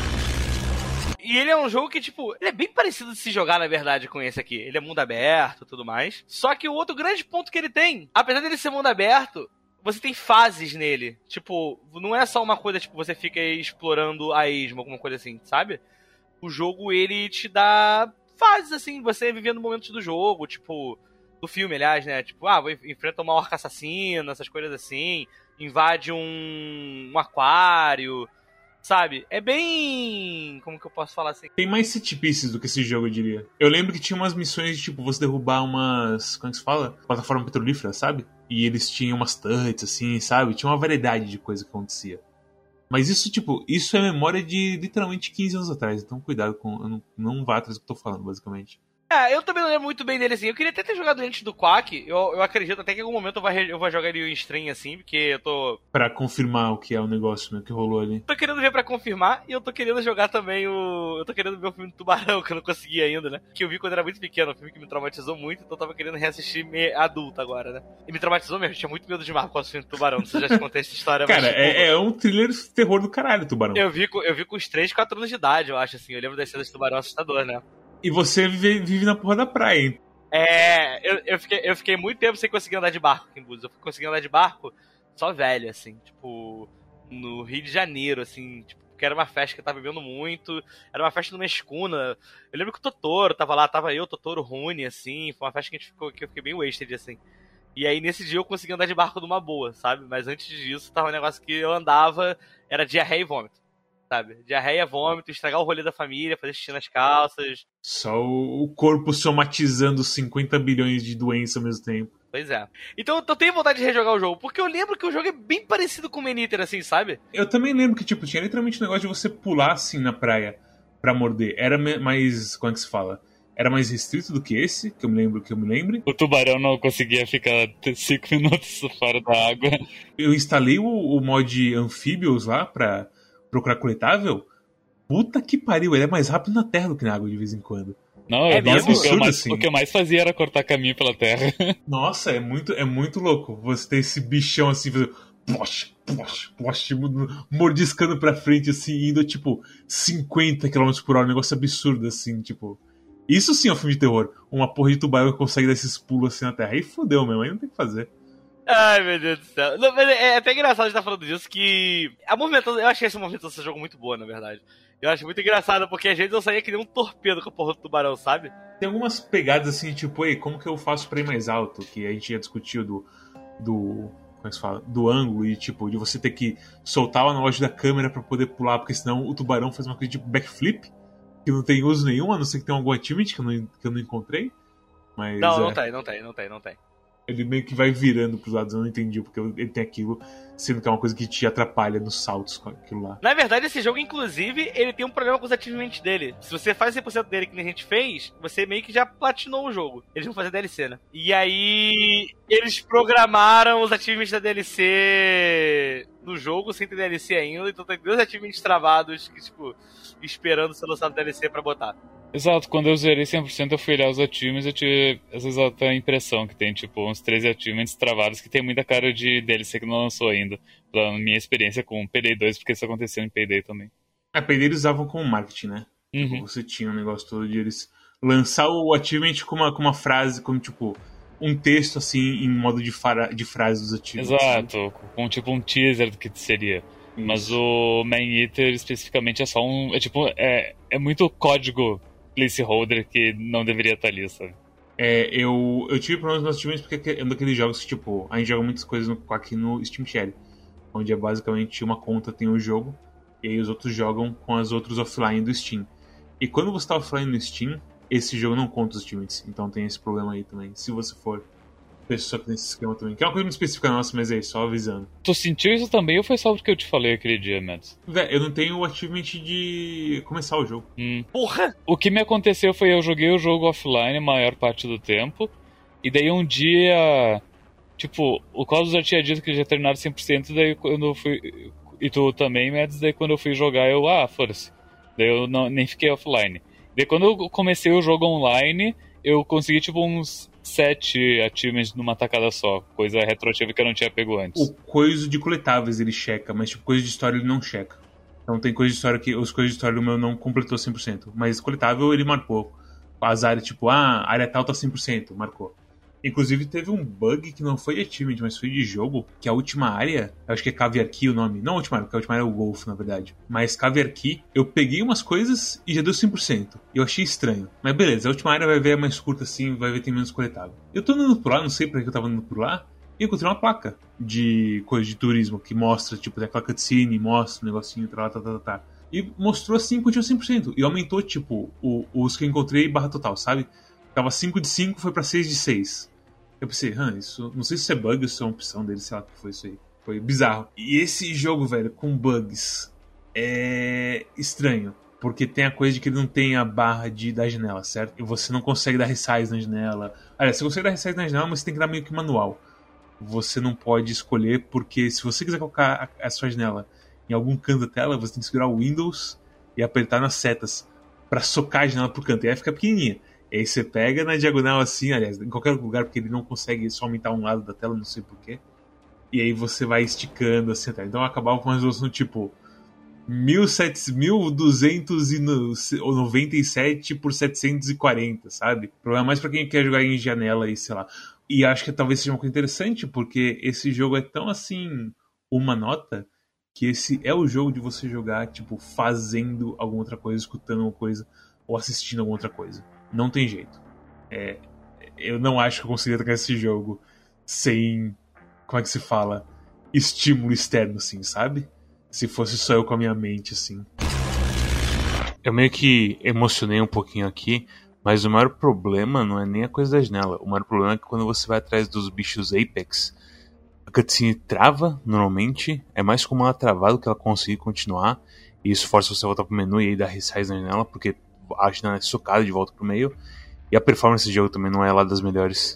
E ele é um jogo que, tipo, ele é bem parecido de se jogar, na verdade, com esse aqui. Ele é mundo aberto e tudo mais. Só que o outro grande ponto que ele tem, apesar dele ser mundo aberto, você tem fases nele. Tipo, não é só uma coisa, tipo, você fica explorando a esmo, alguma coisa assim, sabe? O jogo, ele te dá fases, assim, você vivendo momentos do jogo, tipo, do filme, aliás, né? Tipo, ah, vou enfrentar uma orca assassina, essas coisas assim, invade um, um aquário, sabe? É bem... Como que eu posso falar assim? Tem mais set pieces do que esse jogo, eu diria. Eu lembro que tinha umas missões de, tipo, você derrubar umas... Como é que se fala? Plataforma petrolífera, sabe? E eles tinham umas touches, assim, sabe? Tinha uma variedade de coisa que acontecia. Mas isso, tipo, isso é memória de literalmente quinze anos atrás. Então cuidado com... Não, não vá atrás do que eu tô falando, basicamente. É, eu também não lembro muito bem dele, assim. Eu queria até ter jogado antes do Quack. Eu, eu acredito até que em algum momento eu vou, eu vou jogar ele em stream, assim, porque eu tô... Pra confirmar o que é o negócio, né, que rolou ali. Tô querendo ver pra confirmar, e eu tô querendo jogar também o... Eu tô querendo ver o filme do Tubarão, que eu não consegui ainda, né? Que eu vi quando era muito pequeno, um filme que me traumatizou muito, então eu tava querendo reassistir me... adulto agora, né? E me traumatizou mesmo, eu tinha muito medo de mar com o filme do Tubarão, não sei se eu já te contei essa história. Cara, mas, é, é um thriller terror do caralho, Tubarão. Eu vi, com, eu vi com uns três, quatro anos de idade, eu acho, assim. Eu lembro das cenas do Tubarão assustador, né? E você vive, vive na porra da praia, hein? É, eu, eu, fiquei, eu fiquei muito tempo sem conseguir andar de barco aqui em Búzios. Eu fui conseguir andar de barco só velho, assim, tipo, no Rio de Janeiro, assim, tipo, que era uma festa que eu tava bebendo muito, era uma festa numa escuna. Eu lembro que o Totoro tava lá, tava eu, Totoro, Rune, assim, foi uma festa que, a gente ficou, que eu fiquei bem wasted, assim. E aí, nesse dia, eu consegui andar de barco numa boa, sabe? Mas antes disso, tava um negócio que eu andava, era diarreia e vômito. Sabe? Diarreia, vômito, estragar o rolê da família, fazer xixi nas calças. Só o corpo somatizando cinquenta bilhões de doenças ao mesmo tempo. Pois é. Então eu tenho vontade de rejogar o jogo, porque eu lembro que o jogo é bem parecido com o Maneater, assim, sabe? Eu também lembro que, tipo, tinha literalmente um negócio de você pular, assim, na praia pra morder. Era mais... Como é que se fala? Era mais restrito do que esse, que eu me lembro, que eu me lembre. O tubarão não conseguia ficar cinco minutos fora da água. Eu instalei o, o mod Amphibious lá pra... procurar coletável, puta que pariu, ele é mais rápido na terra do que na água de vez em quando. Não, é mesmo, absurdo, o, que mais, assim. o que eu mais fazia era cortar caminho pela terra. Nossa, é muito, é muito louco você ter esse bichão assim, fazendo plosh, plosh, plosh, tipo, mordiscando pra frente, assim, indo tipo cinquenta quilômetros por hora, um negócio absurdo, assim, tipo. Isso sim é um filme de terror. Uma porra de tubarão que consegue dar esses pulos assim na terra. Aí fodeu mesmo, aí não tem o que fazer. Ai, meu Deus do céu. Não, mas é até engraçado a gente estar falando disso, que a movimentação, eu achei essa movimentação desse jogo muito boa, na verdade. Eu acho muito engraçado, porque às vezes eu saía que nem um torpedo com a porra do tubarão, sabe? Tem algumas pegadas assim, tipo, ei, como que eu faço pra ir mais alto? Que a gente já discutiu do... do como é que se fala? Do ângulo e, tipo, de você ter que soltar o analógico da câmera pra poder pular, porque senão o tubarão faz uma coisa tipo backflip, que não tem uso nenhum, a não ser que tenha algum achievement que eu não, que eu não encontrei. Mas, não, é... não tem, não tem, não tem, não tem. Ele meio que vai virando pros lados, eu não entendi porque ele tem aquilo, sendo que é uma coisa que te atrapalha nos saltos com aquilo lá. Na verdade, esse jogo, inclusive, ele tem um problema com os achievements dele. Se você faz cem por cento dele que nem a gente fez, você meio que já platinou o jogo. Eles vão fazer D L C, né? E aí, eles programaram os achievements da D L C no jogo, sem ter D L C ainda, então tem dois achievements travados, que, tipo, esperando ser lançado D L C pra botar. Exato, quando eu zerei cem por cento eu fui olhar os achievements, eu tive essa exata impressão que tem, tipo, uns treze achievements travados que tem muita cara de D L C que não lançou ainda, pela minha experiência com P D dois, porque isso aconteceu em P D também. A P D eles usavam como marketing, né? Uhum. Tipo, você tinha um negócio todo de eles lançar o achievement com uma, com uma frase, como, tipo, um texto, assim, em modo de, fara, de frase dos achievements. Exato, né? Com tipo um teaser do que seria. Isso. Mas o Maneater, especificamente, é só um... É tipo, é, é muito código placeholder que não deveria estar ali, sabe? É, eu, eu tive problemas nos achievements porque é um daqueles jogos que, tipo, a gente joga muitas coisas no, aqui no Steam Share, onde é basicamente uma conta tem o jogo, e aí os outros jogam com as outras offline do Steam. E quando você tá offline no Steam, esse jogo não conta os achievements. Então tem esse problema aí também. Se você for pessoa que tem esse esquema também. Que é uma coisa muito específica nossa, mas é isso, só avisando. Tu sentiu isso também ou foi só porque eu te falei aquele dia, Mads? Vé, eu não tenho o achievement de começar o jogo. Hum. Porra! O que me aconteceu foi eu joguei o jogo offline a maior parte do tempo. E daí um dia... Tipo, o Cláudio já tinha dito que ele já terminaram cem por cento. Daí quando eu fui... E tu também, Mads. Daí quando eu fui jogar, eu... Ah, foda-se. Daí eu não, nem fiquei offline. Daí quando eu comecei o jogo online, eu consegui tipo uns sete achievements numa tacada só. Coisa retroativa que eu não tinha pego antes. O coisa de coletáveis ele checa, mas tipo, coisa de história ele não checa. Então tem coisa de história que... Os coisas de história do meu não completou cem por cento. Mas coletável ele marcou. As áreas tipo, ah, a área tal tá cem por cento, marcou. Inclusive teve um bug que não foi de achievement, mas foi de jogo, que a última área, eu acho que é Caviar Key o nome, não a última área, porque a última área é o Golf, na verdade, mas Caviar Key, eu peguei umas coisas e já deu cem por cento, e eu achei estranho. Mas beleza, a última área vai ver mais curta assim, vai ver que tem menos coletável. Eu tô andando por lá, não sei pra que eu tava andando por lá, e encontrei uma placa de coisa de turismo, que mostra, tipo, tem aquela cutscene, mostra um negocinho, tá, tá, tá, tá. E mostrou assim, continua cem por cento, e aumentou, tipo, o, os que eu encontrei barra total, sabe? Tava cinco de cinco, foi pra seis de seis. Eu pensei, hã, isso, não sei se isso é bug ou se é uma opção dele, sei lá o que foi isso aí. Foi bizarro. E esse jogo, velho, com bugs, é estranho. Porque tem a coisa de que ele não tem a barra de, da janela, certo? E você não consegue dar resize na janela. Aliás, você consegue dar resize na janela, mas você tem que dar meio que manual. Você não pode escolher, porque se você quiser colocar a, a sua janela em algum canto da tela, você tem que segurar o Windows e apertar nas setas pra socar a janela pro canto. E aí fica pequenininha. E aí você pega na diagonal assim, aliás, em qualquer lugar, porque ele não consegue só aumentar um lado da tela, não sei porquê. E aí você vai esticando assim até. Então eu acabava com uma resolução tipo mil e duzentos e noventa e sete por setecentos e quarenta, sabe? Problema mais pra quem quer jogar em janela e sei lá. E acho que talvez seja uma coisa interessante, porque esse jogo é tão assim, uma nota, que esse é o jogo de você jogar, tipo, fazendo alguma outra coisa, escutando alguma coisa, ou assistindo alguma outra coisa. Não tem jeito. É, eu não acho que eu conseguiria tocar esse jogo sem, como é que se fala, estímulo externo, assim, sabe? Se fosse só eu com a minha mente, assim. Eu meio que emocionei um pouquinho aqui, mas o maior problema não é nem a coisa da janela. O maior problema é que quando você vai atrás dos bichos Apex, a cutscene trava, normalmente. É mais como ela travar do que ela conseguir continuar. E isso força você a voltar pro menu e aí dar resize na janela, porque a janela é socada de volta pro meio. E a performance do jogo também não é lá das melhores.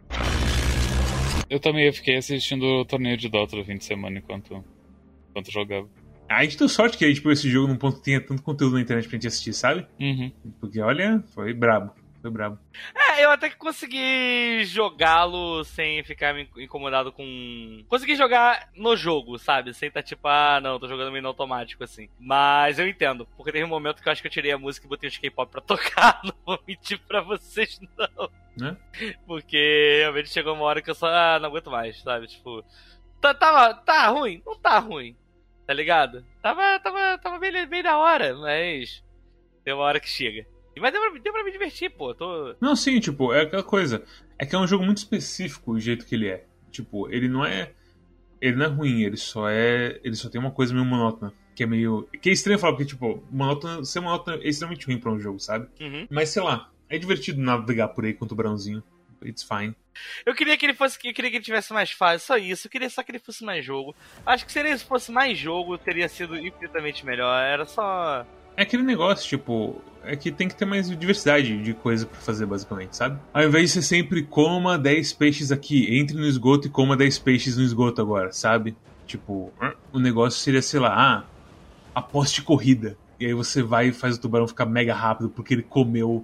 Eu também fiquei assistindo o torneio de Dota no fim de semana enquanto, enquanto jogava. A gente deu sorte que a gente pôs esse jogo num ponto que tinha tanto conteúdo na internet pra gente assistir, sabe? Uhum. Porque, olha, foi brabo. Foi brabo. É, eu até que consegui jogá-lo sem ficar me incomodado com... Consegui jogar no jogo, sabe? Sem estar tipo, ah, não, tô jogando meio no automático, assim. Mas eu entendo, porque teve um momento que eu acho que eu tirei a música e botei os K-pop pra tocar. Não vou mentir pra vocês, não. Né? Porque realmente chegou uma hora que eu só, ah, não aguento mais, sabe? Tipo, tá, tava, tá ruim? Não tá ruim. Tá ligado? Tava, tava, tava bem, bem da hora, mas tem uma hora que chega. Mas deu pra, deu pra me divertir, pô. Tô... Não, sim, tipo, é aquela coisa. É que é um jogo muito específico o jeito que ele é. Tipo, ele não é. Ele não é ruim, ele só é. Ele só tem uma coisa meio monótona. Que é meio. Que é estranho falar, porque, tipo, monótona, ser monótona é extremamente ruim pra um jogo, sabe? Uhum. Mas sei lá, é divertido navegar por aí com o tubarãozinho. It's fine. Eu queria que ele fosse. Eu queria que ele tivesse mais fase, só isso. Eu queria só que ele fosse mais jogo. Acho que se ele fosse mais jogo, teria sido infinitamente melhor. Era só. É aquele negócio, tipo, é que tem que ter mais diversidade de coisa pra fazer, basicamente, sabe? Ao invés de ser sempre coma dez peixes aqui, entre no esgoto e coma dez peixes no esgoto agora, sabe? Tipo, o negócio seria, sei lá, ah, aposte corrida. E aí você vai e faz o tubarão ficar mega rápido porque ele comeu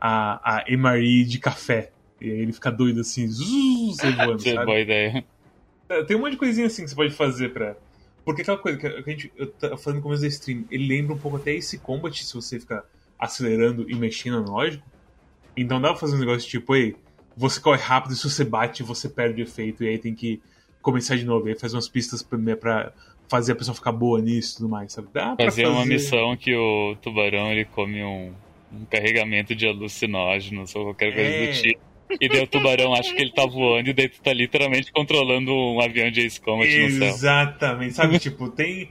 a, a M R E de café. E aí ele fica doido assim, zzz, sai voando, sabe? Boa ideia. Tem um monte de coisinha assim que você pode fazer pra... Porque aquela coisa que a gente, eu tava falando no começo da stream, ele lembra um pouco até esse Combat, se você ficar acelerando e mexendo analógico. Então dá pra fazer um negócio tipo, ei, você corre rápido e se você bate, você perde o efeito, e aí tem que começar de novo. E aí faz umas pistas pra, pra fazer a pessoa ficar boa nisso e tudo mais, sabe? Dá pra fazer, fazer uma missão que o tubarão ele come um, um carregamento de alucinógenos ou qualquer coisa é... do tipo. E daí o tubarão acha que ele tá voando e daí tu tá literalmente controlando um avião de Ace Combat no céu. Exatamente, sabe? Tipo, tem,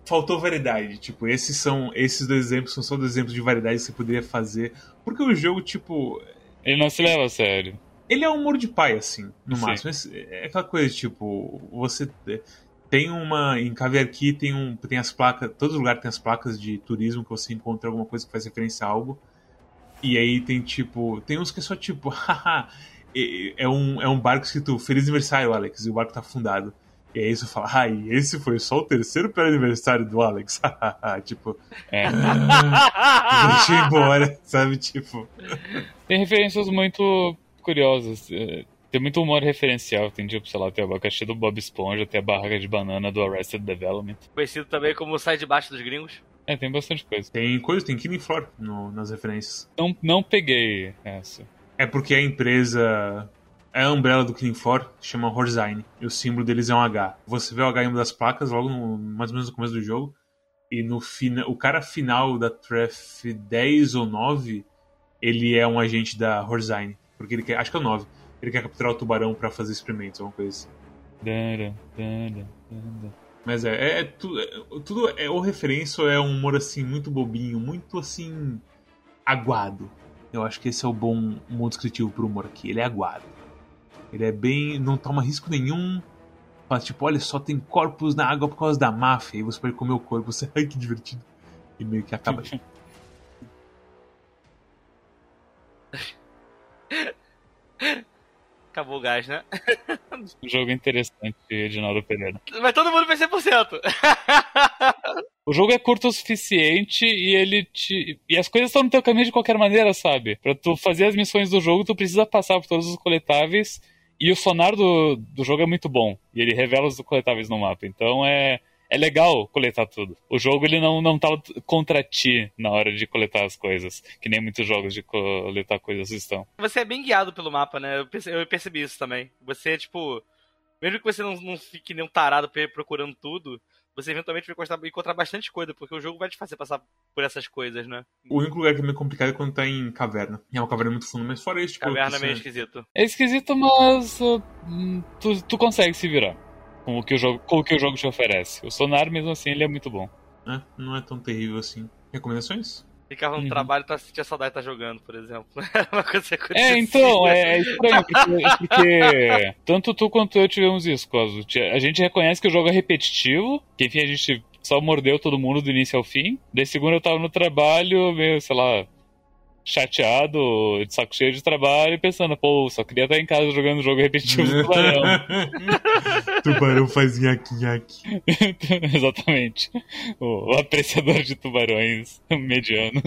faltou variedade. Tipo, esses são esses dois exemplos são só dois exemplos de variedade que você poderia fazer. Porque o jogo, tipo... Ele não se leva a sério. Ele é um humor de pai, assim, no Sim. máximo. É aquela coisa, tipo, você tem uma... Em Caviar Key tem, um, tem as placas... Todos os lugares tem as placas de turismo que você encontra alguma coisa que faz referência a algo. E aí tem, tipo... Tem uns que é só, tipo... Haha, é, um, é um barco escrito Feliz Aniversário, Alex. E o barco tá afundado. E aí você fala... Ah, e esse foi só o terceiro aniversário do Alex. Tipo... É. Ah, deixa eu ir embora, sabe? Tipo... Tem referências muito curiosas. Tem muito humor referencial. Tem, tipo, sei lá, tem o abacaxi do Bob Esponja, tem a barraca de banana do Arrested Development. Conhecido também como Sai de Baixo dos Gringos. É, tem bastante coisa. Tem coisa, tem Killing Floor no, nas referências. Não, não peguei essa. É porque a empresa... É a Umbrella do Killing Floor, chama Horzine. E o símbolo deles é um H. Você vê o H em uma das placas, logo no, mais ou menos no começo do jogo. E no fina, o cara final da Tref dez ou nove... Ele é um agente da Horzine. Porque ele quer. Acho que é o nove. Ele quer capturar o tubarão pra fazer experimentos, alguma coisa assim. Dara, dara, dara. Mas é, é, é, tudo, é, tudo é ou referência ou é um humor assim, muito bobinho, muito assim. Aguado. Eu acho que esse é o bom modo descritivo pro humor aqui. Ele é aguado. Ele é bem. Não toma risco nenhum. Fala tipo, olha só, tem corpos na água por causa da máfia. E você pode comer o corpo. Você, ai que divertido. E meio que acaba. Acabou o gás, né? Um jogo interessante, Edinaldo Pereira. Mas todo mundo fez cem por cento. O jogo é curto o suficiente e ele te... E as coisas estão no teu caminho de qualquer maneira, sabe? Pra tu fazer as missões do jogo, tu precisa passar por todos os coletáveis. E o sonar do, do jogo é muito bom. E ele revela os coletáveis no mapa. Então é... É legal coletar tudo. O jogo ele não, não tá contra ti na hora de coletar as coisas. Que nem muitos jogos de coletar coisas estão. Você é bem guiado pelo mapa, né? Eu percebi, eu percebi isso também. Você, tipo... Mesmo que você não, não fique nem um tarado procurando tudo, você eventualmente vai encontrar, encontrar bastante coisa, porque o jogo vai te fazer passar por essas coisas, né? O único lugar que é meio complicado é quando tá em caverna. É uma caverna muito funda, mas fora isso... Tipo, caverna é meio você... esquisito. É esquisito, mas... Uh, tu, tu consegue se virar. Com o, que o, jogo, com o que o jogo te oferece. O sonar, mesmo assim, ele é muito bom. É, não é tão terrível assim. Recomendações? Ficava no Uhum. trabalho e tá sentia saudade de estar jogando, por exemplo. Uma coisa que É, então, é, é estranho, porque, porque tanto tu quanto eu tivemos isso, Coso. A gente reconhece que o jogo é repetitivo, que enfim, a gente só mordeu todo mundo do início ao fim. Daí, segundo, eu tava no trabalho, meio, sei lá, chateado, de saco cheio de trabalho, e pensando, pô, só queria estar em casa jogando jogo repetitivo do Tubarão. Tubarão faz nhaque-nhaque. Exatamente. O, o apreciador de tubarões mediano.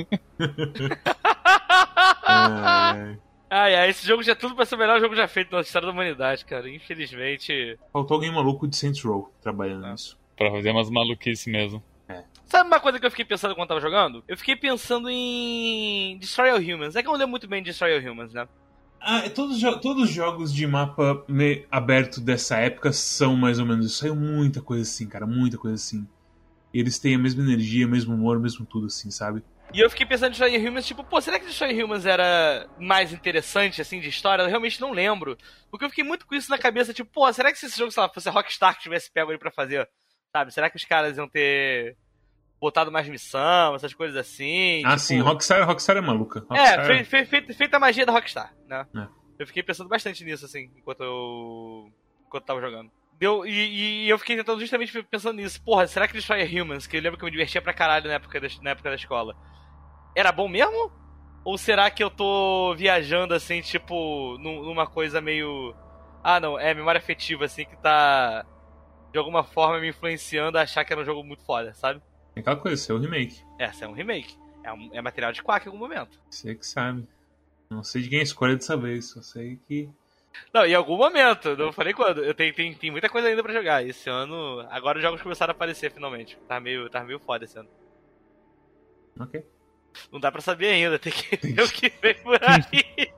Ai, ai, ai, esse jogo já é tudo pra ser o melhor jogo já feito na história da humanidade, cara. Infelizmente... Faltou alguém maluco de Saints Row trabalhando Ah. nisso. Pra fazer umas maluquices mesmo. Sabe uma coisa que eu fiquei pensando quando tava jogando? Eu fiquei pensando em Destroy All Humans. É que eu não lembro muito bem de Destroy All Humans, né? Ah, todos, todos os jogos de mapa me- aberto dessa época são mais ou menos isso. Saiu muita coisa assim, cara, muita coisa assim. E eles têm a mesma energia, o mesmo humor, o mesmo tudo assim, sabe? E eu fiquei pensando em Destroy All Humans, tipo, pô, será que Destroy All Humans era mais interessante, assim, de história? Eu realmente não lembro. Porque eu fiquei muito com isso na cabeça, tipo, pô, será que se esse jogo, sei lá, fosse a Rockstar que tivesse pego ele pra fazer, sabe? Será que os caras iam ter botado mais missão, essas coisas assim? Ah, tipo... sim, Rockstar, Rockstar é maluca. É, Rockstar... fe, fe, fe, feita a magia da Rockstar, né? É. Eu fiquei pensando bastante nisso, assim, enquanto eu... enquanto eu tava jogando. Deu, e, e eu fiquei tentando justamente pensando nisso. Porra, será que Destroy All Humans, que eu lembro que eu me divertia pra caralho na época da, na época da escola, era bom mesmo? Ou será que eu tô viajando, assim, tipo, num- numa coisa meio... Ah, não, é memória afetiva, assim, que tá, de alguma forma, me influenciando a achar que era um jogo muito foda, sabe? É aquela coisa, isso é o remake. Essa é um remake. É, um, é material de Quack em algum momento. Você que sabe. Não sei de quem é a escolha dessa vez, só sei que... Não, em algum momento, não falei quando. Eu tenho, tenho, tenho muita coisa ainda pra jogar. Esse ano, agora os jogos começaram a aparecer finalmente. Tá meio, tá meio foda esse ano. Ok. Não dá pra saber ainda, tem que ver o que vem por aí.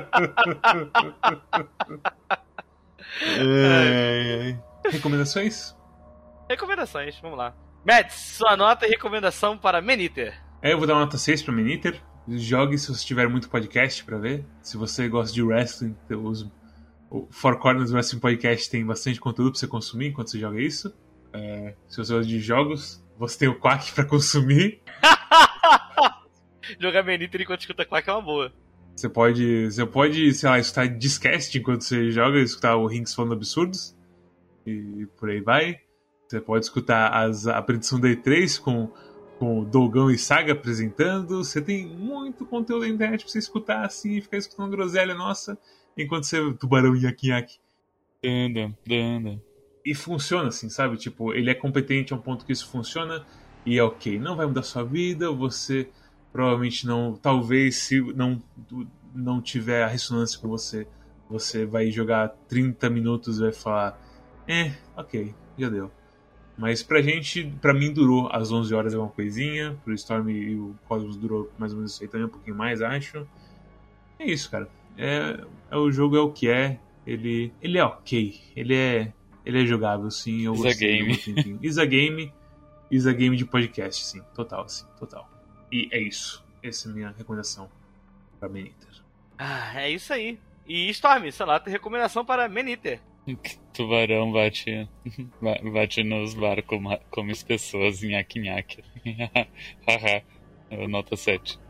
ai, ai. Recomendações? Recomendações, vamos lá. Mads, sua nota e recomendação para Maniter. É, eu vou dar uma nota seis pra Maniter. Jogue se você tiver muito podcast pra ver. Se você gosta de wrestling, os, o Four Corners Wrestling Podcast tem bastante conteúdo pra você consumir enquanto você joga isso. É, se você gosta de jogos, você tem o Quack pra consumir. Jogar Maniter enquanto escuta Quack é uma boa. Você pode, você pode, sei lá, escutar Discast enquanto você joga, escutar o Rinks falando absurdos. E por aí vai. Você pode escutar as, a predição da E três com, com o Dogão e Saga apresentando. Você tem muito conteúdo na internet pra você escutar assim e ficar escutando groselha nossa enquanto você tubarão nhaque-nhaque. Danda, danda. E funciona assim, sabe? Tipo, ele é competente a um ponto que isso funciona e é ok. Não vai mudar sua vida, você provavelmente não... Talvez, se não, não tiver a ressonância com você, você vai jogar trinta minutos e vai falar é, ok, já deu. Mas pra gente, pra mim durou as onze horas alguma coisinha, pro Storm e o Cosmos durou mais ou menos isso aí também, um pouquinho mais, acho. É isso, cara. É, é, o jogo é o que é, ele, ele é ok, ele é... Ele é jogável, sim. Eu Is a game. Is a game. Is a game de podcast, sim. Total, sim. Total. E é isso. Essa é a minha recomendação para Maniter. Ah, é isso aí. E Storm, sei lá, tem recomendação para Maniter. Tubarão bate, bate nos barcos como as pessoas em nhaque-nhaque. Haha. Nota sete.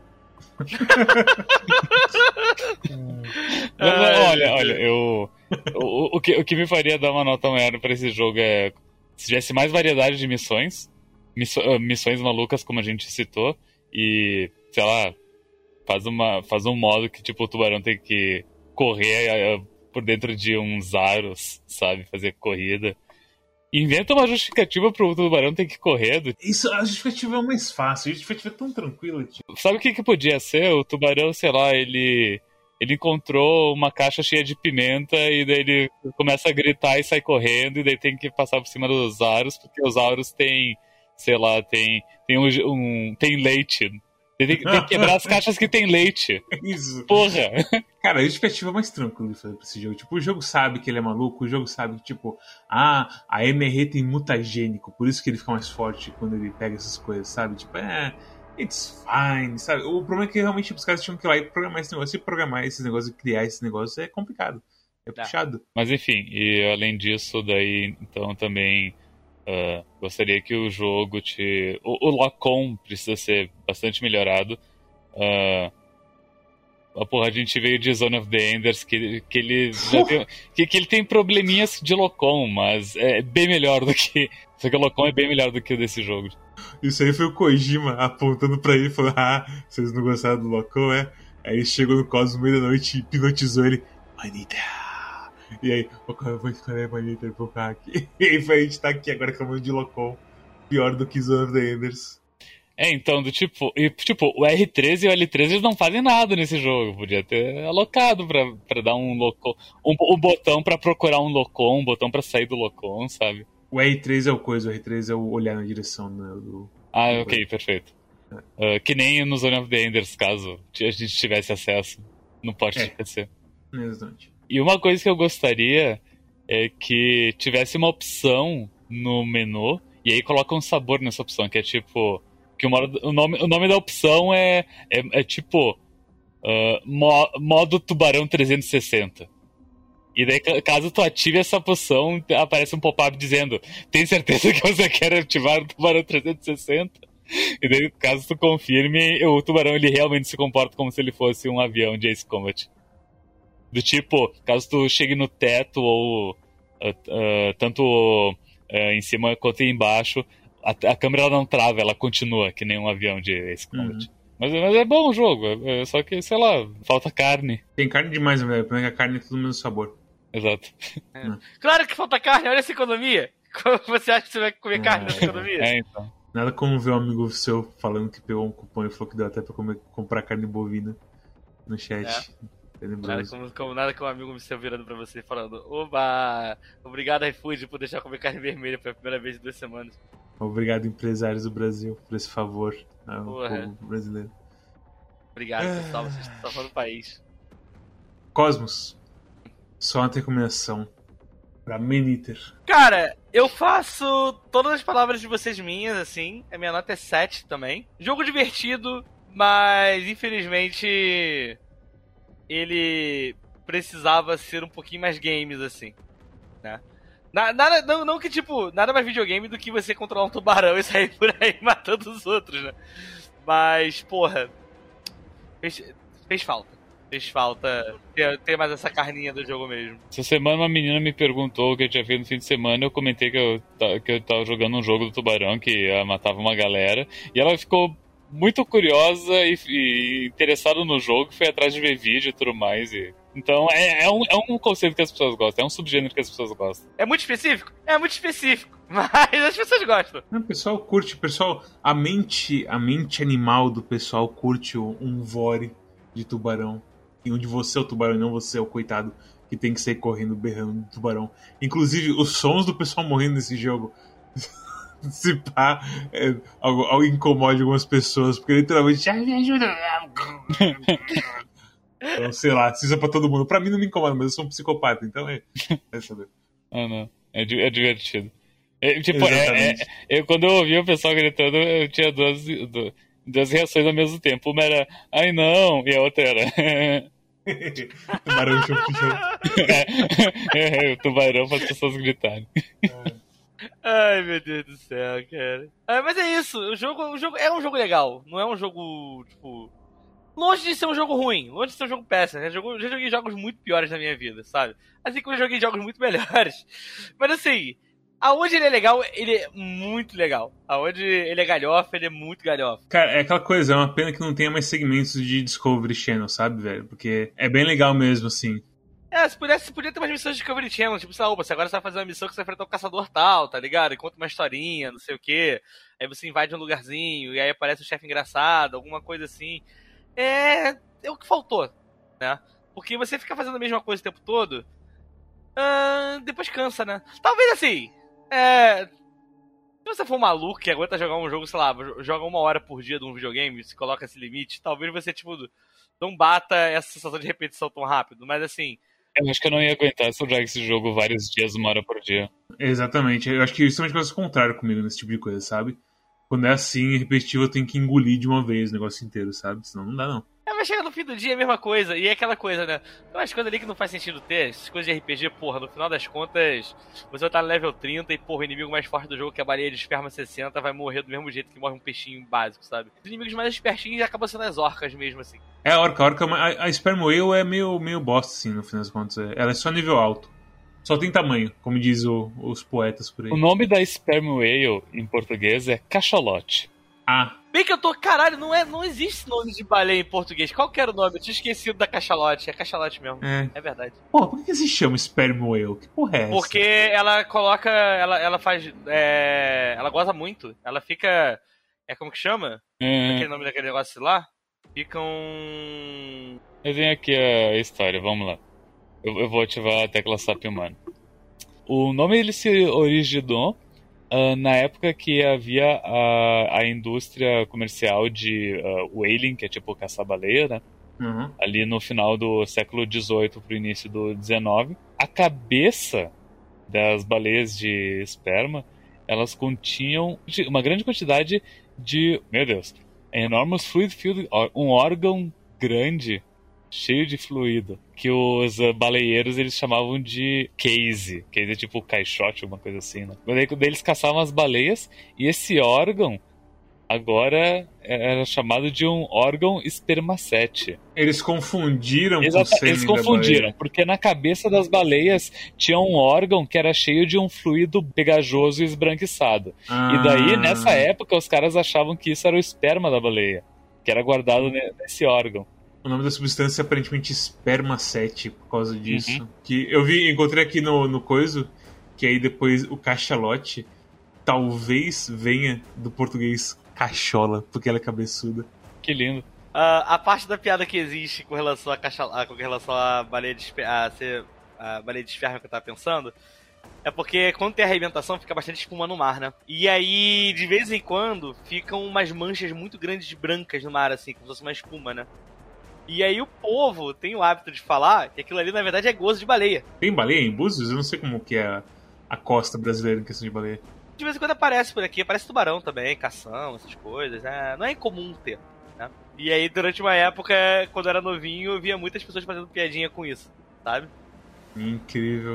Mas, olha, olha, eu... O, o, que, o que me faria dar uma nota maior pra esse jogo é se tivesse mais variedade de missões, misso, missões malucas, como a gente citou, e, sei lá, faz, uma, faz um modo que, tipo, o tubarão tem que correr uh, por dentro de uns aros, sabe? Fazer corrida. Inventa uma justificativa pro tubarão ter que correr. Do... Isso, a justificativa é mais fácil, a justificativa é tão tranquila. Tipo. Sabe o que, que podia ser? O tubarão, sei lá, ele... Ele encontrou uma caixa cheia de pimenta e daí ele começa a gritar e sai correndo e daí tem que passar por cima dos aros, porque os aros têm, sei lá, tem, tem, um, um, tem leite. Tem, tem que quebrar as caixas que tem leite. Isso. Porra. Cara, a justificativa é mais tranquila de fazer pra esse jogo. Tipo, o jogo sabe que ele é maluco, o jogo sabe que, tipo, ah, a M R tem mutagênico, por isso que ele fica mais forte quando ele pega essas coisas, sabe? Tipo, é... It's fine, sabe? O problema é que realmente os caras tinham que ir lá e programar esse negócio. E programar esses negócios e criar esse negócio é complicado. É puxado. Mas enfim, e além disso, daí, então também uh, gostaria que o jogo te... O, o lock-on precisa ser bastante melhorado. Uh, a porra, a gente veio de Zone of the Enders, que, que ele já tem, que, que ele tem probleminhas de lock-on, mas é bem melhor do que... Só que o lock-on é bem melhor do que o desse jogo. Isso aí foi o Kojima apontando pra ele e falou: ah, vocês não gostaram do lock-on, é? Aí chegou no Cosmos no meio da noite e hipnotizou ele. Manita! E aí, o cara vai escolher Manita pro hack. E aí a gente tá aqui agora chamando de lock-on. Pior do que Zone of the Enders. É, então, do tipo, e, tipo, o R treze e o L treze eles não fazem nada nesse jogo. Podia ter alocado pra, pra dar um lock-on. Um, um botão pra procurar um lock-on, um botão pra sair do lock-on, sabe? O R três é o coisa, o R três é o olhar na direção, né, do... Ah, do ok, coisa. Perfeito. É. Uh, que nem no Zone of the Enders, caso a gente tivesse acesso no porte é. de P C. Exatamente. E uma coisa que eu gostaria é que tivesse uma opção no menu, e aí coloca um sabor nessa opção, que é tipo... que o, modo, o, nome, o nome da opção é, é, é tipo... Uh, mo, modo Tubarão trezentos e sessenta. E daí, caso tu ative essa opção, aparece um pop-up dizendo: tem certeza que você quer ativar o Tubarão trezentos e sessenta? E daí, caso tu confirme, o Tubarão ele realmente se comporta como se ele fosse um avião de Ace Combat. Do tipo, caso tu chegue no teto ou uh, uh, tanto uh, em cima quanto embaixo, a, a câmera não trava, ela continua, que nem um avião de Ace Combat. Uhum. Mas, mas é bom o jogo, é, só que, sei lá, falta carne. Tem carne demais, velho, porque a carne é tudo menos sabor. Exato. É. Claro que falta carne, olha essa economia. Como você acha que você vai comer é, carne nessa economia? É, então. Nada como ver um amigo seu falando que pegou um cupom e falou que deu até pra comer, comprar carne bovina no chat. É. Nada como, como, nada como um amigo seu virando pra você falando: oba, obrigado iFood por deixar comer carne vermelha pela primeira vez em duas semanas. Obrigado, empresários do Brasil, por esse favor ao Porra. povo brasileiro. Obrigado, pessoal, vocês estão salvando o país. Cosmos, só uma recomendação pra Maniter. Cara, eu faço todas as palavras de vocês minhas, assim. A minha nota é sete também. Jogo divertido, mas infelizmente ele precisava ser um pouquinho mais games, assim, né? Na, nada, não, não que, tipo, nada mais videogame do que você controlar um tubarão e sair por aí matando os outros, né? Mas, porra, fez, fez falta. Fez falta ter, ter mais essa carninha do jogo mesmo. Essa semana uma menina me perguntou o que eu tinha feito no fim de semana. Eu comentei que eu, que eu tava jogando um jogo do tubarão que uh, matava uma galera. E ela ficou muito curiosa e, e interessada no jogo. Foi atrás de ver vídeo e tudo mais. E... Então é, é, um, é um conceito que as pessoas gostam. É um subgênero que as pessoas gostam. É muito específico? É muito específico. Mas as pessoas gostam. O pessoal curte. O pessoal, a mente, a mente animal do pessoal curte um vore de tubarão. E onde você é o tubarão e não você é o coitado que tem que sair correndo, berrando do tubarão. Inclusive, os sons do pessoal morrendo nesse jogo, se pá, é, algo, algo incomode algumas pessoas, porque literalmente, ai, me ajuda. Então, sei lá, se isso é pra todo mundo. Pra mim não me incomoda, mas eu sou um psicopata, então é. É saber. Ah, não. É, é divertido. É, tipo, é, é, eu, quando eu ouvi o pessoal gritando, eu tinha duas. duas duas reações ao mesmo tempo. Uma era, ai não, e a outra era... Tubarão chup-chup. É, o tubarão faz as pessoas gritarem. Ai, meu Deus do céu, cara. Ah, mas é isso, o jogo, o jogo é um jogo legal, não é um jogo, tipo... Longe de ser um jogo ruim, longe de ser um jogo péssimo. Eu já joguei, já joguei jogos muito piores na minha vida, sabe? Assim como eu joguei jogos muito melhores. Mas assim... Aonde ele é legal, ele é muito legal. Aonde ele é galhofa, ele é muito galhofa. Cara, é aquela coisa, é uma pena que não tenha mais segmentos de Discovery Channel, sabe, velho? Porque é bem legal mesmo, assim. É, se pudesse, podia ter umas missões de Discovery Channel, tipo, sei lá, opa, você agora você vai fazer uma missão que você vai enfrentar um caçador tal, tá ligado? E conta uma historinha, não sei o quê. Aí você invade um lugarzinho, e aí aparece um chefe engraçado, alguma coisa assim. É, é o que faltou, né? Porque você fica fazendo a mesma coisa o tempo todo, uh, depois cansa, né? Talvez assim... É. Se você for maluco que aguenta jogar um jogo, sei lá, joga uma hora por dia de um videogame, se coloca esse limite, talvez você, tipo, não bata essa sensação de repetição tão rápido, mas assim. Eu acho que eu não ia aguentar se eu jogar esse jogo vários dias, uma hora por dia. Exatamente, eu acho que isso é uma coisa contrária comigo nesse tipo de coisa, sabe? Quando é assim, repetitivo, eu tenho que engolir de uma vez o negócio inteiro, sabe? Senão não dá, não. É, mas chega no fim do dia é a mesma coisa, e é aquela coisa, né? Tem umas coisas ali que não faz sentido ter, essas coisas de R P G, porra, no final das contas, você vai estar no level trinta e, porra, o inimigo mais forte do jogo, que é a baleia de esperma sessenta, vai morrer do mesmo jeito que morre um peixinho básico, sabe? Os inimigos mais espertinhos acabam sendo as orcas mesmo, assim. É a orca, a orca, a, a Sperm Whale é meio, meio bosta, assim, no final das contas. Ela é só nível alto. Só tem tamanho, como diz o, os poetas por aí. O nome da Sperm Whale, em português, é cachalote. Ah. Bem que eu tô, caralho, não, é, não existe nome de baleia em português. Qual que era o nome? Eu tinha esquecido da cachalote. É cachalote mesmo. É, é verdade. Porra, por que se chama Sperm Whale? Que porra é essa? Porque ela coloca... Ela, ela faz... É, ela goza muito. Ela fica... É como que chama? Uhum. Aquele nome daquele negócio lá? Fica um... Eu tenho aqui a história, vamos lá. Eu, eu vou ativar a tecla S A P humano. O nome ele se originou Uh, na época que havia a, a indústria comercial de uh, whaling, que é tipo caça-baleia, né? Uhum. Ali no final do século dezoito para o início do dezenove. A cabeça das baleias de esperma, elas continham uma grande quantidade de... Meu Deus! Enormous fluid filled... Um órgão grande, cheio de fluido, que os uh, baleeiros eles chamavam de case. Case é tipo caixote, alguma coisa assim, né? Daí, daí eles caçavam as baleias e esse órgão agora era chamado de um órgão espermacete. Eles confundiram Exato, com o sêmen eles confundiram, da porque na cabeça das baleias tinha um órgão que era cheio de um fluido pegajoso e esbranquiçado. Ah. E daí, nessa época, os caras achavam que isso era o esperma da baleia, que era guardado nesse órgão. O nome da substância é aparentemente espermacete por causa disso. Uhum. Que eu vi, encontrei aqui no, no coiso, que aí depois o cachalote talvez venha do português cachola, porque ela é cabeçuda. Que lindo. Uh, a parte da piada que existe com relação a cachola, com relação à baleia de a ser a baleia de esperma que eu tava pensando, é porque quando tem arrebentação fica bastante espuma no mar, né? E aí, de vez em quando, ficam umas manchas muito grandes brancas no mar, assim, como se fosse uma espuma, né? E aí o povo tem o hábito de falar que aquilo ali, na verdade, é gozo de baleia. Tem baleia em Búzios? Eu não sei como que é a, a costa brasileira em questão de baleia. De vez em quando aparece por aqui, aparece tubarão também, cação, essas coisas. Né? Não é incomum ter, né? E aí, durante uma época, quando eu era novinho, eu via muitas pessoas fazendo piadinha com isso, sabe? Incrível.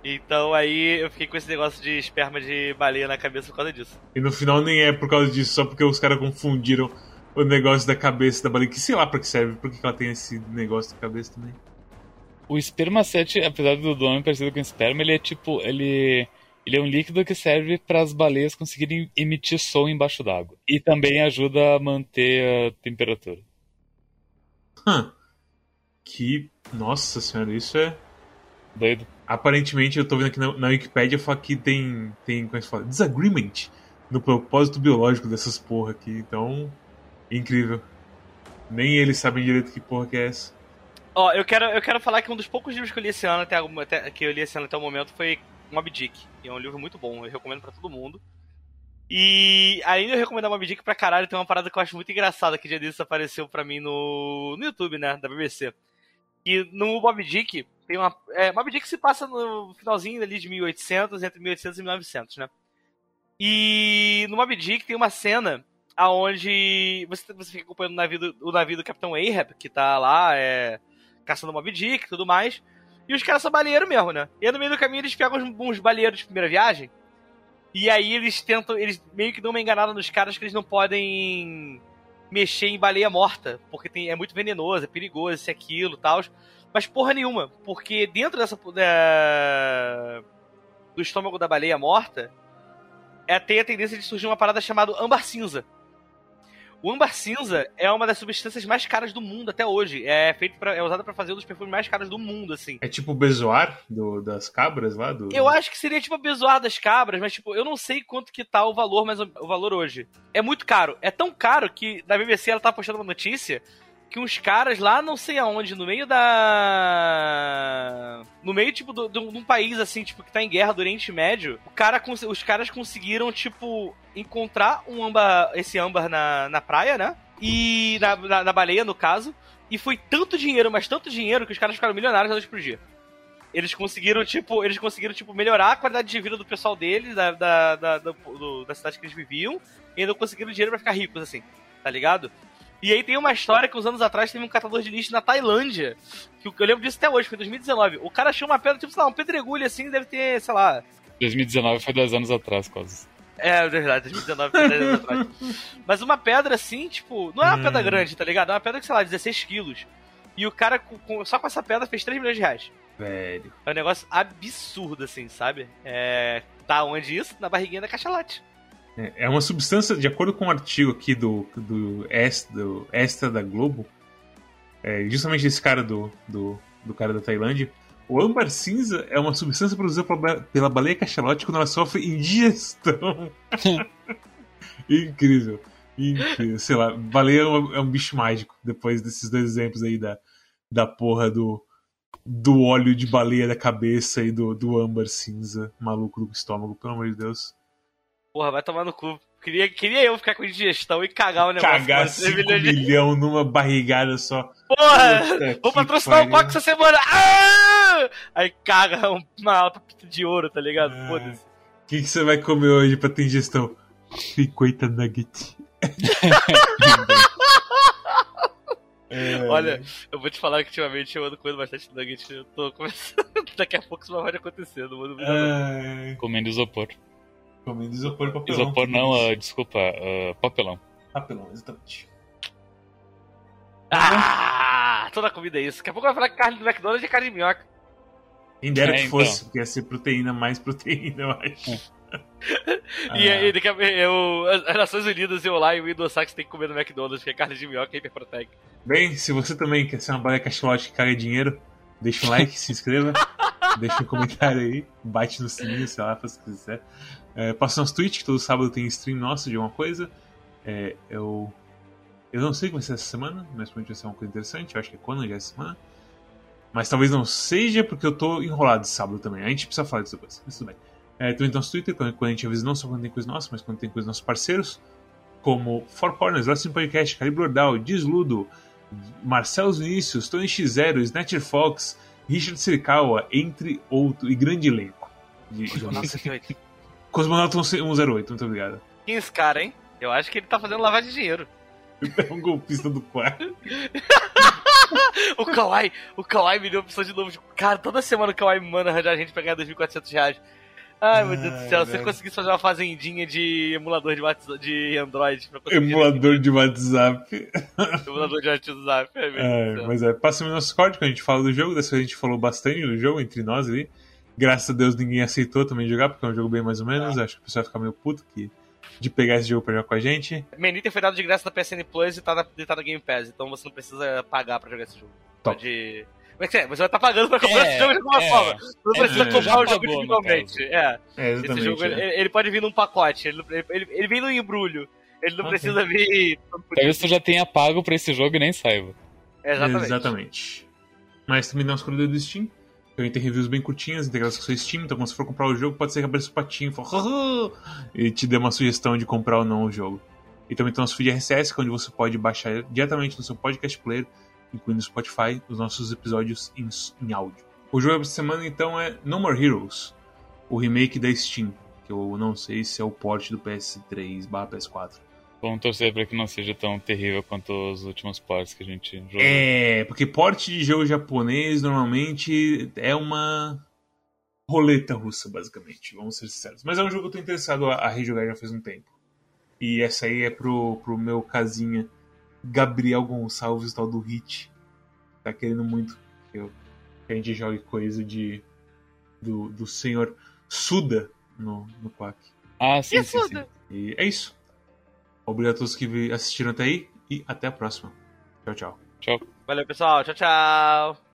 Então aí eu fiquei com esse negócio de esperma de baleia na cabeça por causa disso. E no final nem é por causa disso, só porque os caras confundiram o negócio da cabeça da baleia, que sei lá pra que serve, por que ela tem esse negócio da cabeça também. O espermacete, apesar do nome parecido com esperma, ele é tipo, ele, ele é um líquido que serve para as baleias conseguirem emitir som embaixo d'água. E também ajuda a manter a temperatura. Hum. Que, nossa senhora, isso é... Doido. Aparentemente, eu tô vendo aqui na, na Wikipedia, fala que tem, tem, como é que se fala? Disagreement no propósito biológico dessas porra aqui, então, incrível. Nem eles sabem direito que porra que é essa. Ó, eu quero, eu quero falar que um dos poucos livros que eu li esse ano, até, até, que eu li esse ano até o momento, foi Moby Dick, que é um livro muito bom, eu recomendo pra todo mundo. E além de eu recomendar Moby Dick pra caralho, tem uma parada que eu acho muito engraçada, que dia desses apareceu pra mim no, no YouTube, né, da B B C. E no Moby Dick, tem uma... É, Moby Dick se passa no finalzinho ali de mil e oitocentos, entre mil e oitocentos e mil e novecentos, né? E no Moby Dick tem uma cena aonde você, você fica acompanhando o navio, do, o navio do Capitão Ahab, que tá lá, é, caçando Moby Dick e tudo mais. E os caras são baleeiros mesmo, né? E aí, no meio do caminho eles pegam uns, uns baleeiros de primeira viagem. E aí eles tentam, eles meio que dão uma enganada nos caras que eles não podem mexer em baleia morta, porque tem, é muito venenoso, é perigoso, isso e aquilo e tal. Mas porra nenhuma, porque dentro dessa da, do estômago da baleia morta é, tem a tendência de surgir uma parada chamada âmbar cinza. O âmbar cinza é uma das substâncias mais caras do mundo até hoje. É feito pra, é usada pra fazer um dos perfumes mais caros do mundo, assim. É tipo o bezoar do, das cabras lá? Do... Eu acho que seria tipo o bezoar das cabras, mas tipo, eu não sei quanto que tá o valor, mas o, o valor hoje. É muito caro. É tão caro que na B B C ela tá postando uma notícia que uns caras lá, não sei aonde, no meio da... No meio, tipo, de do, um país, assim, tipo, que tá em guerra do Oriente Médio, o cara, os caras conseguiram, tipo, encontrar um âmbar, esse âmbar na, na praia, né? E... Na, na, na baleia, no caso. E foi tanto dinheiro, mas tanto dinheiro, que os caras ficaram milionários da noite pro dia. Eles conseguiram, tipo, eles conseguiram, tipo, melhorar a qualidade de vida do pessoal deles, da, da, da, da, do, da cidade que eles viviam, e ainda conseguiram dinheiro pra ficar ricos, assim, tá ligado? E aí tem uma história que uns anos atrás teve um catador de lixo na Tailândia, que eu lembro disso até hoje, foi em dois mil e dezenove. O cara achou uma pedra, tipo, sei lá, um pedregulho assim, deve ter, sei lá... dois mil e dezenove foi dez anos atrás, quase. É, é verdade, dois mil e dezenove foi dez anos atrás. Mas uma pedra assim, tipo, não é uma pedra grande, tá ligado? É uma pedra que, sei lá, dezesseis quilos. E o cara, com, só com essa pedra, fez três milhões de reais. Velho. É um negócio absurdo, assim, sabe? É... Tá onde isso? Na barriguinha da cachalate. É uma substância, de acordo com um artigo aqui do, do, Extra, do Extra da Globo, é, justamente desse cara do, do, do cara da Tailândia, o âmbar cinza é uma substância produzida pela baleia cachalote quando ela sofre indigestão. Incrível. Incrível. Sei lá, baleia é um, é um bicho mágico, depois desses dois exemplos aí da, da porra do, do óleo de baleia da cabeça e do, do âmbar cinza maluco do estômago, pelo amor de Deus. Porra, vai tomar no cu. Queria, queria eu ficar com indigestão e cagar o negócio. Cagar cinco milhões de... numa barrigada só. Porra! Puta, vou patrocinar o Paco essa semana! Ah! Aí caga uma alta pita de ouro, tá ligado? Ah, foda-se. O que, que você vai comer hoje pra ter indigestão? cinquenta nuggets. É... Olha, eu vou te falar que ultimamente eu ando comendo bastante nuggets. Eu tô começando. Daqui a pouco isso vai acontecer. Não vou é... Comendo isopor. Comendo isopor e papelão. Isopor não, uh, desculpa, uh, papelão. Papelão, exatamente. Ah! Toda comida é isso. Daqui a pouco vai falar que carne do McDonald's é carne de minhoca. Quem dera é, que então. fosse, porque ia ser proteína mais proteína, eu acho. e aí, daqui a pouco, eu, as Nações Unidas e eu lá e o endossar que você tem que comer no McDonald's, porque é carne de minhoca e hiperproteica. Bem, se você também quer ser uma baleia cachalote que caga dinheiro, deixa um like, se inscreva, deixa um comentário aí, bate no sininho, sei lá, faz o que quiser. É, passa nos tweets, que todo sábado tem stream nosso de alguma coisa. É, eu eu não sei como vai ser essa semana, mas provavelmente vai ser uma coisa interessante. Eu acho que é quando já é essa semana. Mas talvez não seja, porque eu tô enrolado de sábado também. A gente precisa falar disso depois, mas tudo bem. É, também tem nosso Twitter, quando, quando a gente avisa não só quando tem coisa nossa, mas quando tem coisa dos nossos parceiros, como Four Corners, Wrestling Podcast, Calibre Ordal, Desludo, Marcelo Vinícius, Tony X zero, Snatcher Fox, Richard Sirikawa, entre outros, e grande elenco de jornalistas. Cosmonauta cento e oito, muito obrigado. Quem é esse cara, hein? Eu acho que ele tá fazendo lavagem de dinheiro. É um golpista do quarto. o Kawaii, o Kawaii me deu a opção de novo. Tipo, cara, toda semana o Kawaii me manda arranjar a gente pra ganhar dois mil e quatrocentos reais. Ai, meu Deus do céu, se eu conseguisse fazer uma fazendinha de emulador de, WhatsApp, de Android. Pra emulador de WhatsApp. Emulador de WhatsApp, é mesmo. É, mas é, passa o nosso código, a gente fala do jogo, dessa vez a gente falou bastante do jogo entre nós ali. Graças a Deus ninguém aceitou também jogar, porque é um jogo bem mais ou menos. Ah. Acho que o pessoal vai ficar meio puto que, de pegar esse jogo pra jogar com a gente. Meniter foi dado de graça da P S N Plus e tá na, tá na Game Pass, então você não precisa pagar pra jogar esse jogo. Top. Pode... Como é que é? Você vai estar pagando pra comprar é, esse jogo de alguma é, forma. Você não é, precisa é, comprar o jogo individualmente. É. É, esse jogo é. ele, ele pode vir num pacote, ele, ele, ele vem num embrulho. Ele não okay. precisa vir. Talvez tu já tenha pago pra esse jogo e nem saiba. Exatamente. Exatamente. Mas também dá uns corredores do Steam. Também tem reviews bem curtinhas, integradas com o seu Steam. Então, quando você for comprar o jogo, pode ser que apareça o patinho e, fala, e te dê uma sugestão de comprar ou não o jogo. E também tem o nosso feed R S S, onde você pode baixar diretamente no seu podcast player, incluindo o Spotify, os nossos episódios em, em áudio. O jogo dessa semana, então, é No More Heroes, o remake da Steam, que eu não sei se é o port do P S três barra P S quatro. Vamos torcer para que não seja tão terrível quanto os últimos ports que a gente jogou. É, porque port de jogo japonês, normalmente, é uma roleta russa, basicamente, vamos ser sinceros. Mas é um jogo que eu tô interessado a, a rejogar já faz um tempo. E essa aí é pro, pro meu casinha Gabriel Gonçalves, tal do Hit. Tá querendo muito que, eu, que a gente jogue coisa de do, do senhor Suda no, no Quack. Ah, sim, sim, sim. E é isso. Obrigado a todos que assistiram até aí e até a próxima. Tchau, tchau. Tchau. Valeu, pessoal. Tchau, tchau.